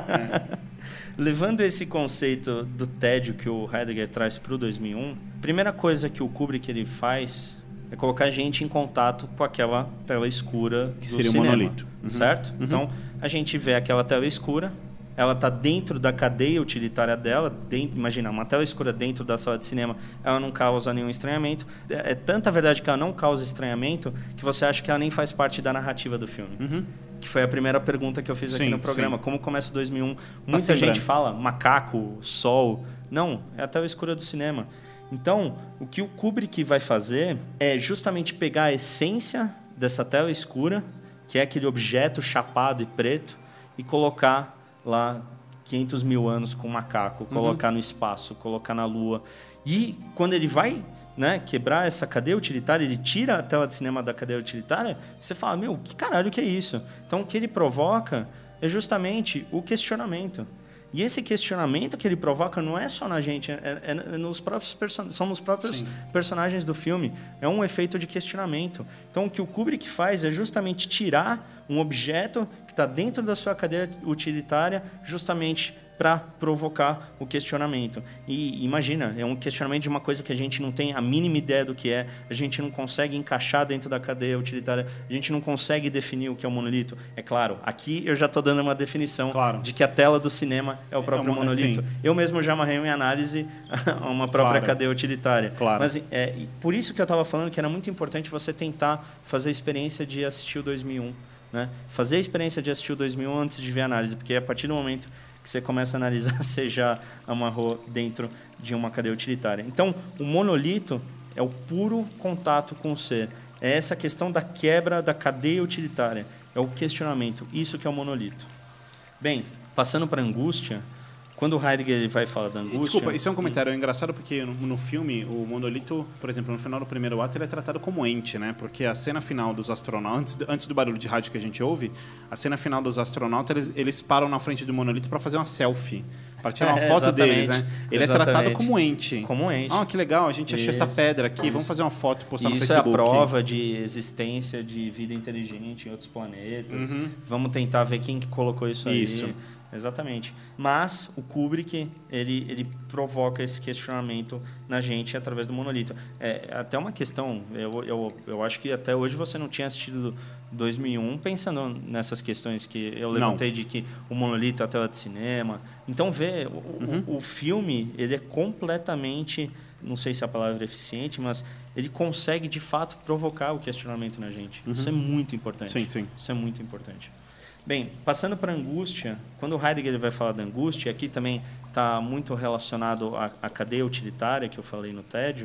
[SPEAKER 2] É.
[SPEAKER 3] Levando esse conceito do tédio que o Heidegger traz para o dois mil e um, a primeira coisa que o Kubrick ele faz é colocar a gente em contato com aquela tela escura
[SPEAKER 2] que
[SPEAKER 3] do
[SPEAKER 2] seria
[SPEAKER 3] cinema,
[SPEAKER 2] um monolito, uhum.
[SPEAKER 3] certo?
[SPEAKER 2] Uhum.
[SPEAKER 3] Então, a gente vê aquela tela escura, ela está dentro da cadeia utilitária dela, dentro, imagina, uma tela escura dentro da sala de cinema, ela não causa nenhum estranhamento. É, é tanta verdade que ela não causa estranhamento que você acha que ela nem faz parte da narrativa do filme. Uhum. Que foi a primeira pergunta que eu fiz
[SPEAKER 2] sim,
[SPEAKER 3] aqui no programa.
[SPEAKER 2] Sim.
[SPEAKER 3] Como começa dois mil e um? Muita gente fala macaco, sol. Não, é a tela escura do cinema. Então, o que o Kubrick vai fazer é justamente pegar a essência dessa tela escura, que é aquele objeto chapado e preto, e colocar lá quinhentos mil anos com macaco, colocar uhum. no espaço, colocar na Lua. E quando ele vai... Né, quebrar essa cadeia utilitária, ele tira a tela de cinema da cadeia utilitária, você fala, meu, que caralho que é isso? Então, o que ele provoca é justamente o questionamento. E esse questionamento que ele provoca não é só na gente, é, é, é nos próprios person- são nos próprios Sim. personagens do filme. É um efeito de questionamento. Então, o que o Kubrick faz é justamente tirar um objeto que está dentro da sua cadeia utilitária, justamente para provocar o questionamento. E imagina, é um questionamento de uma coisa que a gente não tem a mínima ideia do que é, a gente não consegue encaixar dentro da cadeia utilitária, a gente não consegue definir o que é o monolito. É claro, aqui eu já estou dando uma definição claro. de que a tela do cinema é o próprio é uma, monolito. Sim. Eu mesmo já amarrei minha análise a uma própria claro. cadeia utilitária. Claro. Mas é, por isso que eu estava falando que era muito importante você tentar fazer a experiência de assistir o dois mil e um. Né? Fazer a experiência de assistir o dois mil e um antes de ver a análise, porque a partir do momento que você começa a analisar, você já amarrou dentro de uma cadeia utilitária. Então, o monolito é o puro contato com o ser. É essa questão da quebra da cadeia utilitária. É o questionamento. Isso que é o monolito. Bem, passando para a angústia, quando o Heidegger vai falar da angústia...
[SPEAKER 2] Desculpa, isso é um comentário engraçado porque no, no filme, o monolito, por exemplo, no final do primeiro ato, ele é tratado como ente, né? Porque a cena final dos astronautas, antes, antes do barulho de rádio que a gente ouve, a cena final dos astronautas, eles, eles param na frente do monolito para fazer uma selfie, para tirar uma é, foto deles, né? Ele exatamente. é tratado como ente.
[SPEAKER 3] Como ente.
[SPEAKER 2] Ah, que legal, a gente achou essa pedra aqui, isso. vamos fazer uma foto e postar
[SPEAKER 3] isso
[SPEAKER 2] no Facebook.
[SPEAKER 3] Isso é a prova de existência de vida inteligente em outros planetas. Uhum. Vamos tentar ver quem que colocou isso aí.
[SPEAKER 2] Isso.
[SPEAKER 3] Exatamente. Mas o Kubrick, ele, ele provoca esse questionamento na gente através do monolito. É até uma questão, eu, eu, eu acho que até hoje você não tinha assistido dois mil e um pensando nessas questões que eu levantei não. de que o monolito é a tela de cinema. Então, vê, o, uhum. o, o filme, ele é completamente, não sei se a palavra é eficiente, mas ele consegue, de fato, provocar o questionamento na gente. Uhum. Isso é muito importante.
[SPEAKER 2] Sim, sim.
[SPEAKER 3] Isso é muito importante. Bem, passando para a angústia, quando o Heidegger vai falar da angústia, aqui também está muito relacionado à, à cadeia utilitária que eu falei no tédio,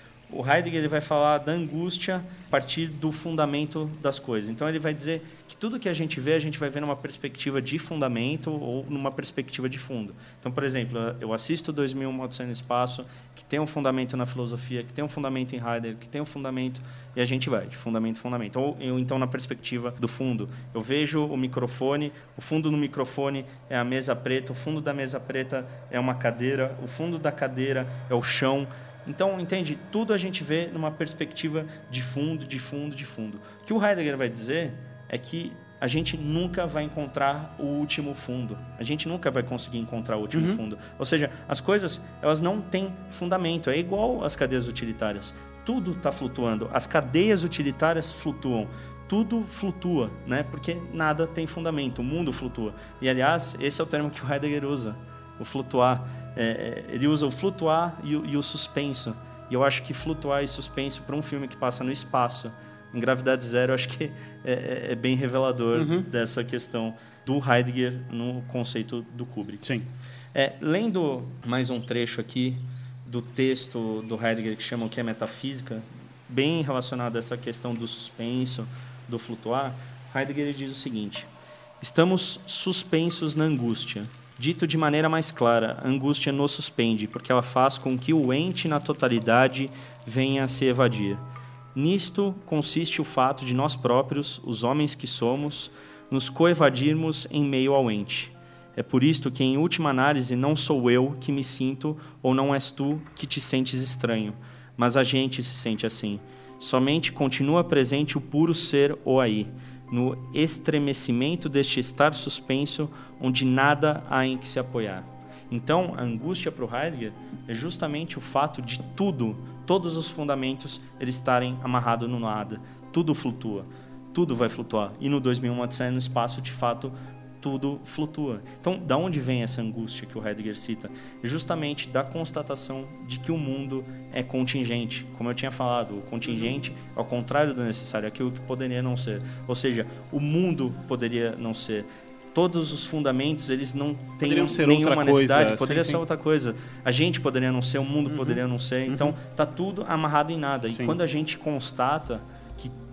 [SPEAKER 3] o Heidegger ele vai falar da angústia a partir do fundamento das coisas. Então, ele vai dizer que tudo que a gente vê, a gente vai ver numa perspectiva de fundamento ou numa perspectiva de fundo. Então, por exemplo, eu assisto dois mil e um Uma Odisseia no Espaço, que tem um fundamento na filosofia, que tem um fundamento em Heidegger, que tem um fundamento, e a gente vai de fundamento em fundamento. Ou eu, então, na perspectiva do fundo. Eu vejo o microfone, o fundo no microfone é a mesa preta, o fundo da mesa preta é uma cadeira, o fundo da cadeira é o chão. Então, entende? Tudo a gente vê numa perspectiva de fundo, de fundo, de fundo. O que o Heidegger vai dizer é que a gente nunca vai encontrar o último fundo. A gente nunca vai conseguir encontrar o último uhum. fundo. Ou seja, as coisas, elas não têm fundamento. É igual às cadeias utilitárias. Tudo está flutuando. As cadeias utilitárias flutuam. Tudo flutua, né? Porque nada tem fundamento. O mundo flutua. E, aliás, esse é o termo que o Heidegger usa. O flutuar. É, ele usa o flutuar e o, e o suspenso. E eu acho que flutuar e suspenso para um filme que passa no espaço, em Gravidade Zero, eu acho que é, é bem revelador uhum. dessa questão do Heidegger no conceito do Kubrick.
[SPEAKER 2] Sim.
[SPEAKER 3] É, lendo mais um trecho aqui do texto do Heidegger que chama O que é Metafísica, bem relacionado a essa questão do suspenso, do flutuar, Heidegger diz o seguinte: estamos suspensos na angústia. Dito de maneira mais clara, a angústia nos suspende, porque ela faz com que o ente na totalidade venha a se evadir. Nisto consiste o fato de nós próprios, os homens que somos, nos coevadirmos em meio ao ente. É por isto que, em última análise, não sou eu que me sinto, ou não és tu que te sentes estranho, mas a gente se sente assim. Somente continua presente o puro ser ou aí, no estremecimento deste estar suspenso, onde nada há em que se apoiar. Então, a angústia para o Heidegger é justamente o fato de tudo, todos os fundamentos, eles estarem amarrados no nada. Tudo flutua, tudo vai flutuar. E no dois mil e um Uma Odisseia no Espaço, de fato, tudo flutua. Então, da onde vem essa angústia que o Heidegger cita? Justamente da constatação de que o mundo é contingente. Como eu tinha falado, o contingente, ao contrário do necessário, é aquilo que poderia não ser. Ou seja, o mundo poderia não ser. Todos os fundamentos, eles não têm nenhuma necessidade. Coisa. Poderia sim, ser sim. outra coisa. A gente poderia não ser, o mundo uhum. poderia não ser. Então, está uhum. tudo amarrado em nada. Sim. E quando a gente constata que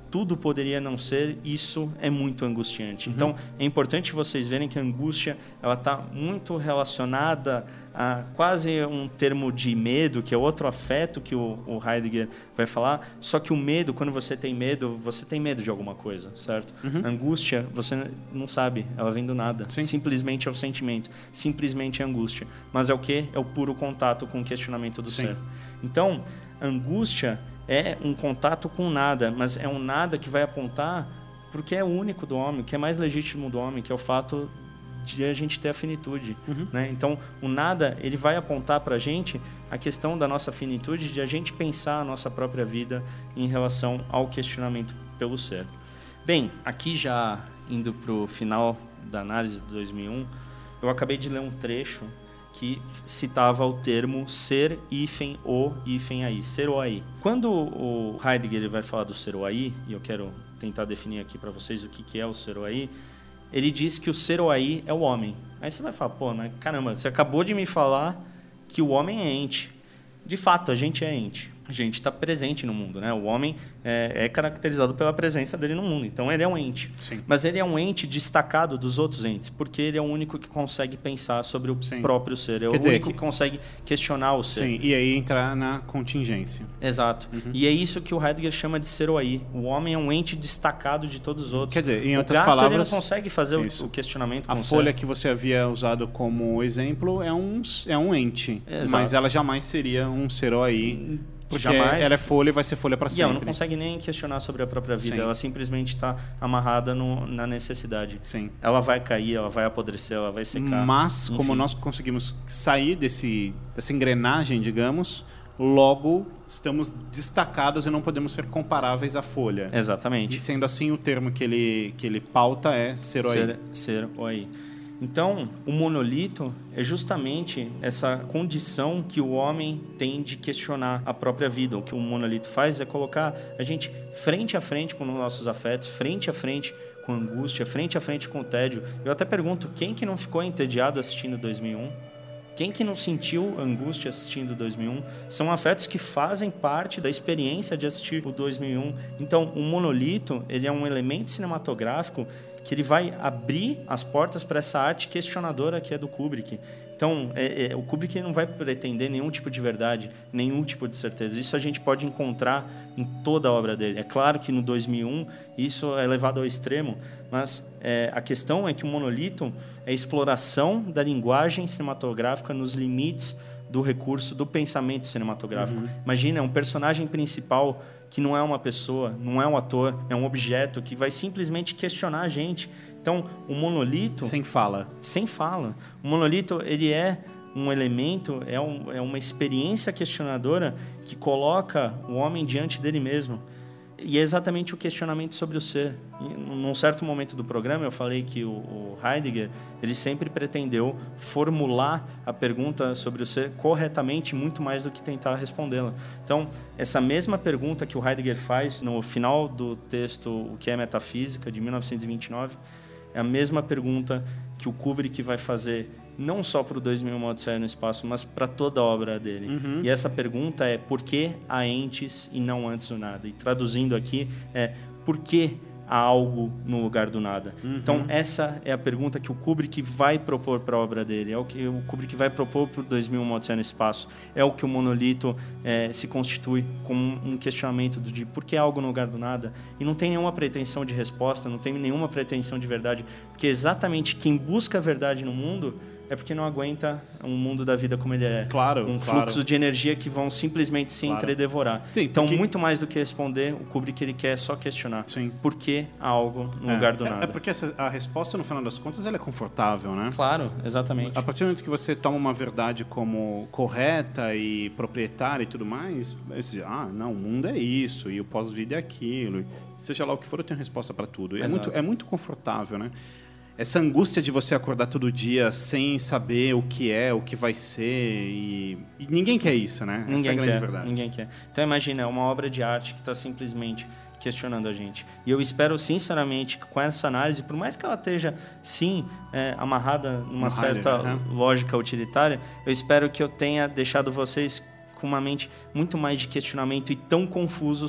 [SPEAKER 3] tudo poderia não ser, isso é muito angustiante. Uhum. Então, é importante vocês verem que a angústia ela está muito relacionada a quase um termo de medo, que é outro afeto que o, o Heidegger vai falar, só que o medo, quando você tem medo, você tem medo de alguma coisa, certo? Uhum. A angústia, você não sabe, ela vem do nada. Sim. Simplesmente é o sentimento, simplesmente é a angústia. Mas é o quê? É o puro contato com o questionamento do Sim. ser. Então, a angústia é um contato com nada, mas é um nada que vai apontar para o que é único do homem, o que é mais legítimo do homem, que é o fato de a gente ter a finitude. Uhum. Né? Então, o nada ele vai apontar para a gente a questão da nossa finitude, de a gente pensar a nossa própria vida em relação ao questionamento pelo ser. Bem, aqui já indo para o final da análise de dois mil e um, eu acabei de ler um trecho que citava o termo ser hífen o hífen aí, ser o aí. Quando o Heidegger vai falar do ser o aí, e eu quero tentar definir aqui para vocês o que, que é o ser o aí, ele diz que o ser o aí é o homem. Aí você vai falar, pô, mas caramba, você acabou de me falar que o homem é ente. De fato, a gente é ente. A gente está presente no mundo, né? O homem é, é caracterizado pela presença dele no mundo. Então, ele é um ente.
[SPEAKER 2] Sim.
[SPEAKER 3] Mas ele é um ente destacado dos outros entes, porque ele é o único que consegue pensar sobre o Sim. próprio ser. É Quer o dizer, único que... que consegue questionar o ser.
[SPEAKER 2] Sim, e aí entrar na contingência.
[SPEAKER 3] Exato. Uhum. E é isso que o Heidegger chama de ser o aí. O homem é um ente destacado de todos os outros.
[SPEAKER 2] Quer dizer, em
[SPEAKER 3] o
[SPEAKER 2] outras
[SPEAKER 3] gato,
[SPEAKER 2] palavras...
[SPEAKER 3] ele não consegue fazer isso. o questionamento com
[SPEAKER 2] A
[SPEAKER 3] o
[SPEAKER 2] folha
[SPEAKER 3] ser.
[SPEAKER 2] que você havia usado como exemplo é um, é um ente. Exato. Mas ela jamais seria um ser o aí... Porque jamais. Ela é folha e vai ser folha para sempre.
[SPEAKER 3] E ela não consegue nem questionar sobre a própria vida. Sim. Ela simplesmente está amarrada no, na necessidade.
[SPEAKER 2] Sim.
[SPEAKER 3] Ela vai cair, ela vai apodrecer, ela vai secar.
[SPEAKER 2] Mas, enfim. Como nós conseguimos sair desse, dessa engrenagem, digamos, logo estamos destacados e não podemos ser comparáveis à folha.
[SPEAKER 3] Exatamente.
[SPEAKER 2] E sendo assim, o termo que ele, que ele pauta é ser o aí.
[SPEAKER 3] Ser, ser o aí. Então, o monolito é justamente essa condição que o homem tem de questionar a própria vida. O que o monolito faz é colocar a gente frente a frente com os nossos afetos, frente a frente com a angústia, frente a frente com o tédio. Eu até pergunto, quem que não ficou entediado assistindo dois mil e um? Quem que não sentiu angústia assistindo dois mil e um? São afetos que fazem parte da experiência de assistir o dois mil e um. Então, o monolito, ele é um elemento cinematográfico que ele vai abrir as portas para essa arte questionadora que é do Kubrick. Então, é, é, o Kubrick não vai pretender nenhum tipo de verdade, nenhum tipo de certeza. Isso a gente pode encontrar em toda a obra dele. É claro que no dois mil e um isso é levado ao extremo, mas é, a questão é que o monolito é a exploração da linguagem cinematográfica nos limites do recurso do pensamento cinematográfico. Uhum. Imagina, um personagem principal que não é uma pessoa, não é um ator, é um objeto que vai simplesmente questionar a gente. Então, o monolito...
[SPEAKER 2] Sem fala.
[SPEAKER 3] Sem fala. O monolito, ele é um elemento, é, um, é uma experiência questionadora que coloca o homem diante dele mesmo. E é exatamente o questionamento sobre o ser. E, num certo momento do programa, eu falei que o, o Heidegger ele sempre pretendeu formular a pergunta sobre o ser corretamente, muito mais do que tentar respondê-la. Então, essa mesma pergunta que o Heidegger faz no final do texto O que é Metafísica, de mil novecentos e vinte e nove, é a mesma pergunta que o Kubrick vai fazer não só para o dois mil e um Odisseia no Espaço, mas para toda a obra dele. Uhum. E essa pergunta é por que há entes e não antes do nada? E traduzindo aqui, é por que há algo no lugar do nada? Uhum. Então, essa é a pergunta que o Kubrick vai propor para a obra dele. É o que o Kubrick vai propor para o dois mil e um Odisseia no Espaço. É o que o monolito é, se constitui como um questionamento de por que há algo no lugar do nada? E não tem nenhuma pretensão de resposta, não tem nenhuma pretensão de verdade, porque exatamente quem busca a verdade no mundo é porque não aguenta um mundo da vida como ele é.
[SPEAKER 2] Claro,
[SPEAKER 3] um
[SPEAKER 2] claro.
[SPEAKER 3] fluxo de energia que vão simplesmente se
[SPEAKER 2] claro.
[SPEAKER 3] entredevorar.
[SPEAKER 2] Sim,
[SPEAKER 3] então,
[SPEAKER 2] porque...
[SPEAKER 3] muito mais do que responder, o Kubrick ele quer só questionar.
[SPEAKER 2] Sim.
[SPEAKER 3] Por que há algo no
[SPEAKER 2] é.
[SPEAKER 3] lugar do
[SPEAKER 2] é,
[SPEAKER 3] nada?
[SPEAKER 2] É porque essa, a resposta, no final das contas, ela é confortável, né?
[SPEAKER 3] Claro, exatamente.
[SPEAKER 2] A partir do momento que você toma uma verdade como correta e proprietária e tudo mais, você diz, ah, não, o mundo é isso, e o pós-vida é aquilo. Seja lá o que for, eu tenho resposta para tudo. É muito, é muito confortável, né? Essa angústia de você acordar todo dia sem saber o que é, o que vai ser, e, e ninguém quer isso, né?
[SPEAKER 3] Ninguém
[SPEAKER 2] Essa é a grande
[SPEAKER 3] quer,
[SPEAKER 2] verdade.
[SPEAKER 3] Ninguém quer. Então imagina, é uma obra de arte que está simplesmente questionando a gente. E eu espero sinceramente que com essa análise, por mais que ela esteja, sim, é, amarrada numa
[SPEAKER 2] No
[SPEAKER 3] certa
[SPEAKER 2] Heidegger, né?
[SPEAKER 3] lógica utilitária, eu espero que eu tenha deixado vocês com uma mente muito mais de questionamento e tão confusos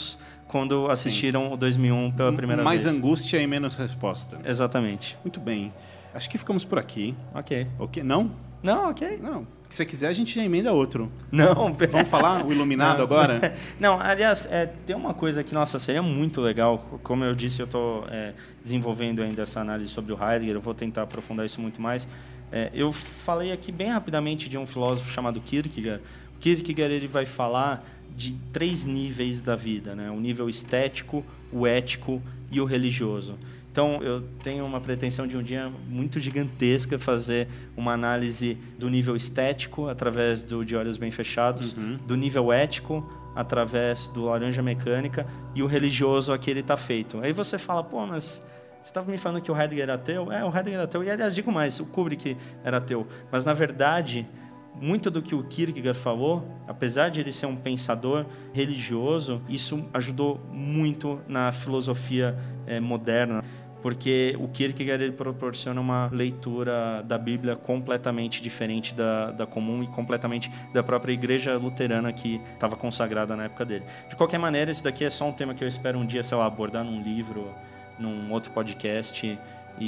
[SPEAKER 3] quando assistiram Sim. o dois mil e um pela primeira
[SPEAKER 2] Mais
[SPEAKER 3] vez.
[SPEAKER 2] Mais angústia e menos resposta.
[SPEAKER 3] Exatamente.
[SPEAKER 2] Muito bem. Acho que ficamos por aqui.
[SPEAKER 3] Ok.
[SPEAKER 2] Ok? Não?
[SPEAKER 3] Não, ok.
[SPEAKER 2] Não. Se você quiser, a gente já emenda outro.
[SPEAKER 3] Não.
[SPEAKER 2] Vamos falar o Iluminado
[SPEAKER 3] Não.
[SPEAKER 2] agora?
[SPEAKER 3] Não, aliás, é, tem uma coisa que, nossa, seria muito legal. Como eu disse, eu estou é, desenvolvendo ainda essa análise sobre o Heidegger. Eu vou tentar aprofundar isso muito mais. É, eu falei aqui bem rapidamente de um filósofo chamado Kierkegaard. O Kierkegaard ele vai falar de três níveis da vida, né? O nível estético, o ético e o religioso. Então, eu tenho uma pretensão de um dia muito gigantesca fazer uma análise do nível estético através do De Olhos Bem Fechados, uhum. do nível ético através do Laranja Mecânica e o religioso a que ele está feito. Aí você fala, pô, mas você estava me falando que o Heidegger era ateu? É, o Heidegger era ateu. E, aliás, digo mais, o Kubrick era ateu. Mas, na verdade, muito do que o Kierkegaard falou, apesar de ele ser um pensador religioso, isso ajudou muito na filosofia eh, moderna. Porque o Kierkegaard ele proporciona uma leitura da Bíblia completamente diferente da, da comum e completamente da própria igreja luterana que estava consagrada na época dele. De qualquer maneira, isso daqui é só um tema que eu espero um dia, sei lá, abordar num livro, num outro podcast,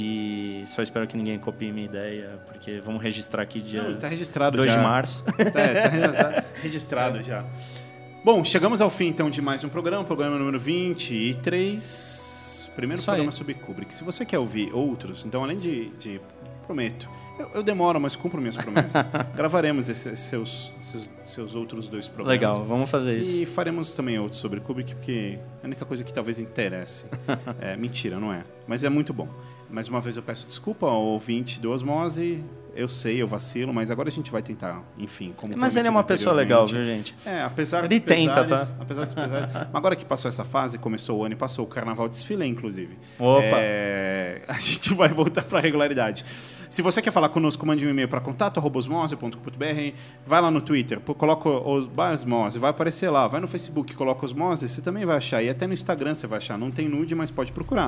[SPEAKER 3] e só espero que ninguém copie minha ideia, porque vamos registrar aqui dia
[SPEAKER 2] Não, tá registrado
[SPEAKER 3] dois
[SPEAKER 2] já.
[SPEAKER 3] de março.
[SPEAKER 2] É, tá registrado já. Bom, chegamos ao fim então de mais um programa, programa número vinte e três. Primeiro Isso programa aí. Sobre Kubrick. Se você quer ouvir outros, então além de... de prometo, eu, eu demoro, mas cumpro minhas promessas. Gravaremos esses seus, esses seus outros dois programas.
[SPEAKER 3] Legal, vamos fazer isso.
[SPEAKER 2] E faremos também outros sobre Kubrick, porque é a única coisa que talvez interesse. É, mentira, não é? Mas é muito bom. Mais uma vez eu peço desculpa ao ouvinte do Osmose. Eu sei, eu vacilo, mas agora a gente vai tentar, enfim, como
[SPEAKER 3] Mas ele é uma pessoa legal, viu, gente?
[SPEAKER 2] É, apesar
[SPEAKER 3] ele
[SPEAKER 2] dos
[SPEAKER 3] tenta,
[SPEAKER 2] pesares,
[SPEAKER 3] tá?
[SPEAKER 2] Apesar dos pesares. Agora que passou essa fase, começou o ano e passou o carnaval, desfilei, inclusive.
[SPEAKER 3] Opa!
[SPEAKER 2] É, a gente vai voltar para a regularidade. Se você quer falar conosco, mande um e-mail para contato arroba osmose ponto com ponto b r. Vai lá no Twitter, coloca os, Osmose, vai aparecer lá. Vai no Facebook, coloca Osmose, você também vai achar. E até no Instagram você vai achar. Não tem nude, mas pode procurar.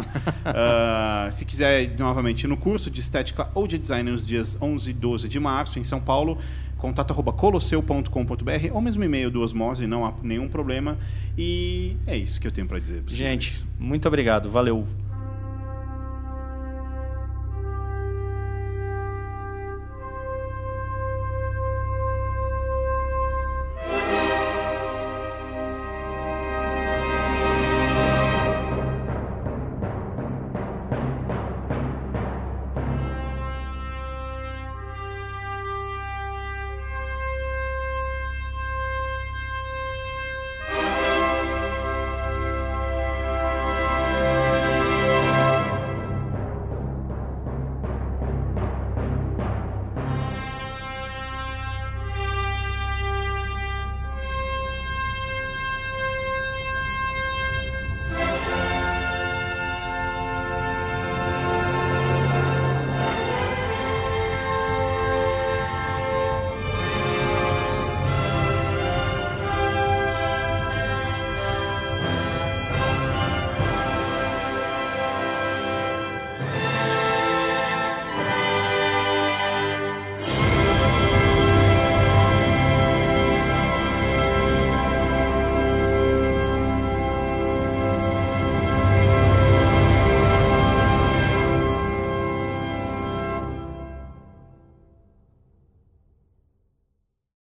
[SPEAKER 2] uh, se quiser, novamente, no curso de estética ou de design nos dias onze e doze de março, em São Paulo, contato arroba colosseu ponto com ponto b r ou mesmo e-mail do Osmose, não há nenhum problema. E é isso que eu tenho para dizer.
[SPEAKER 3] Gente, muito obrigado. Valeu.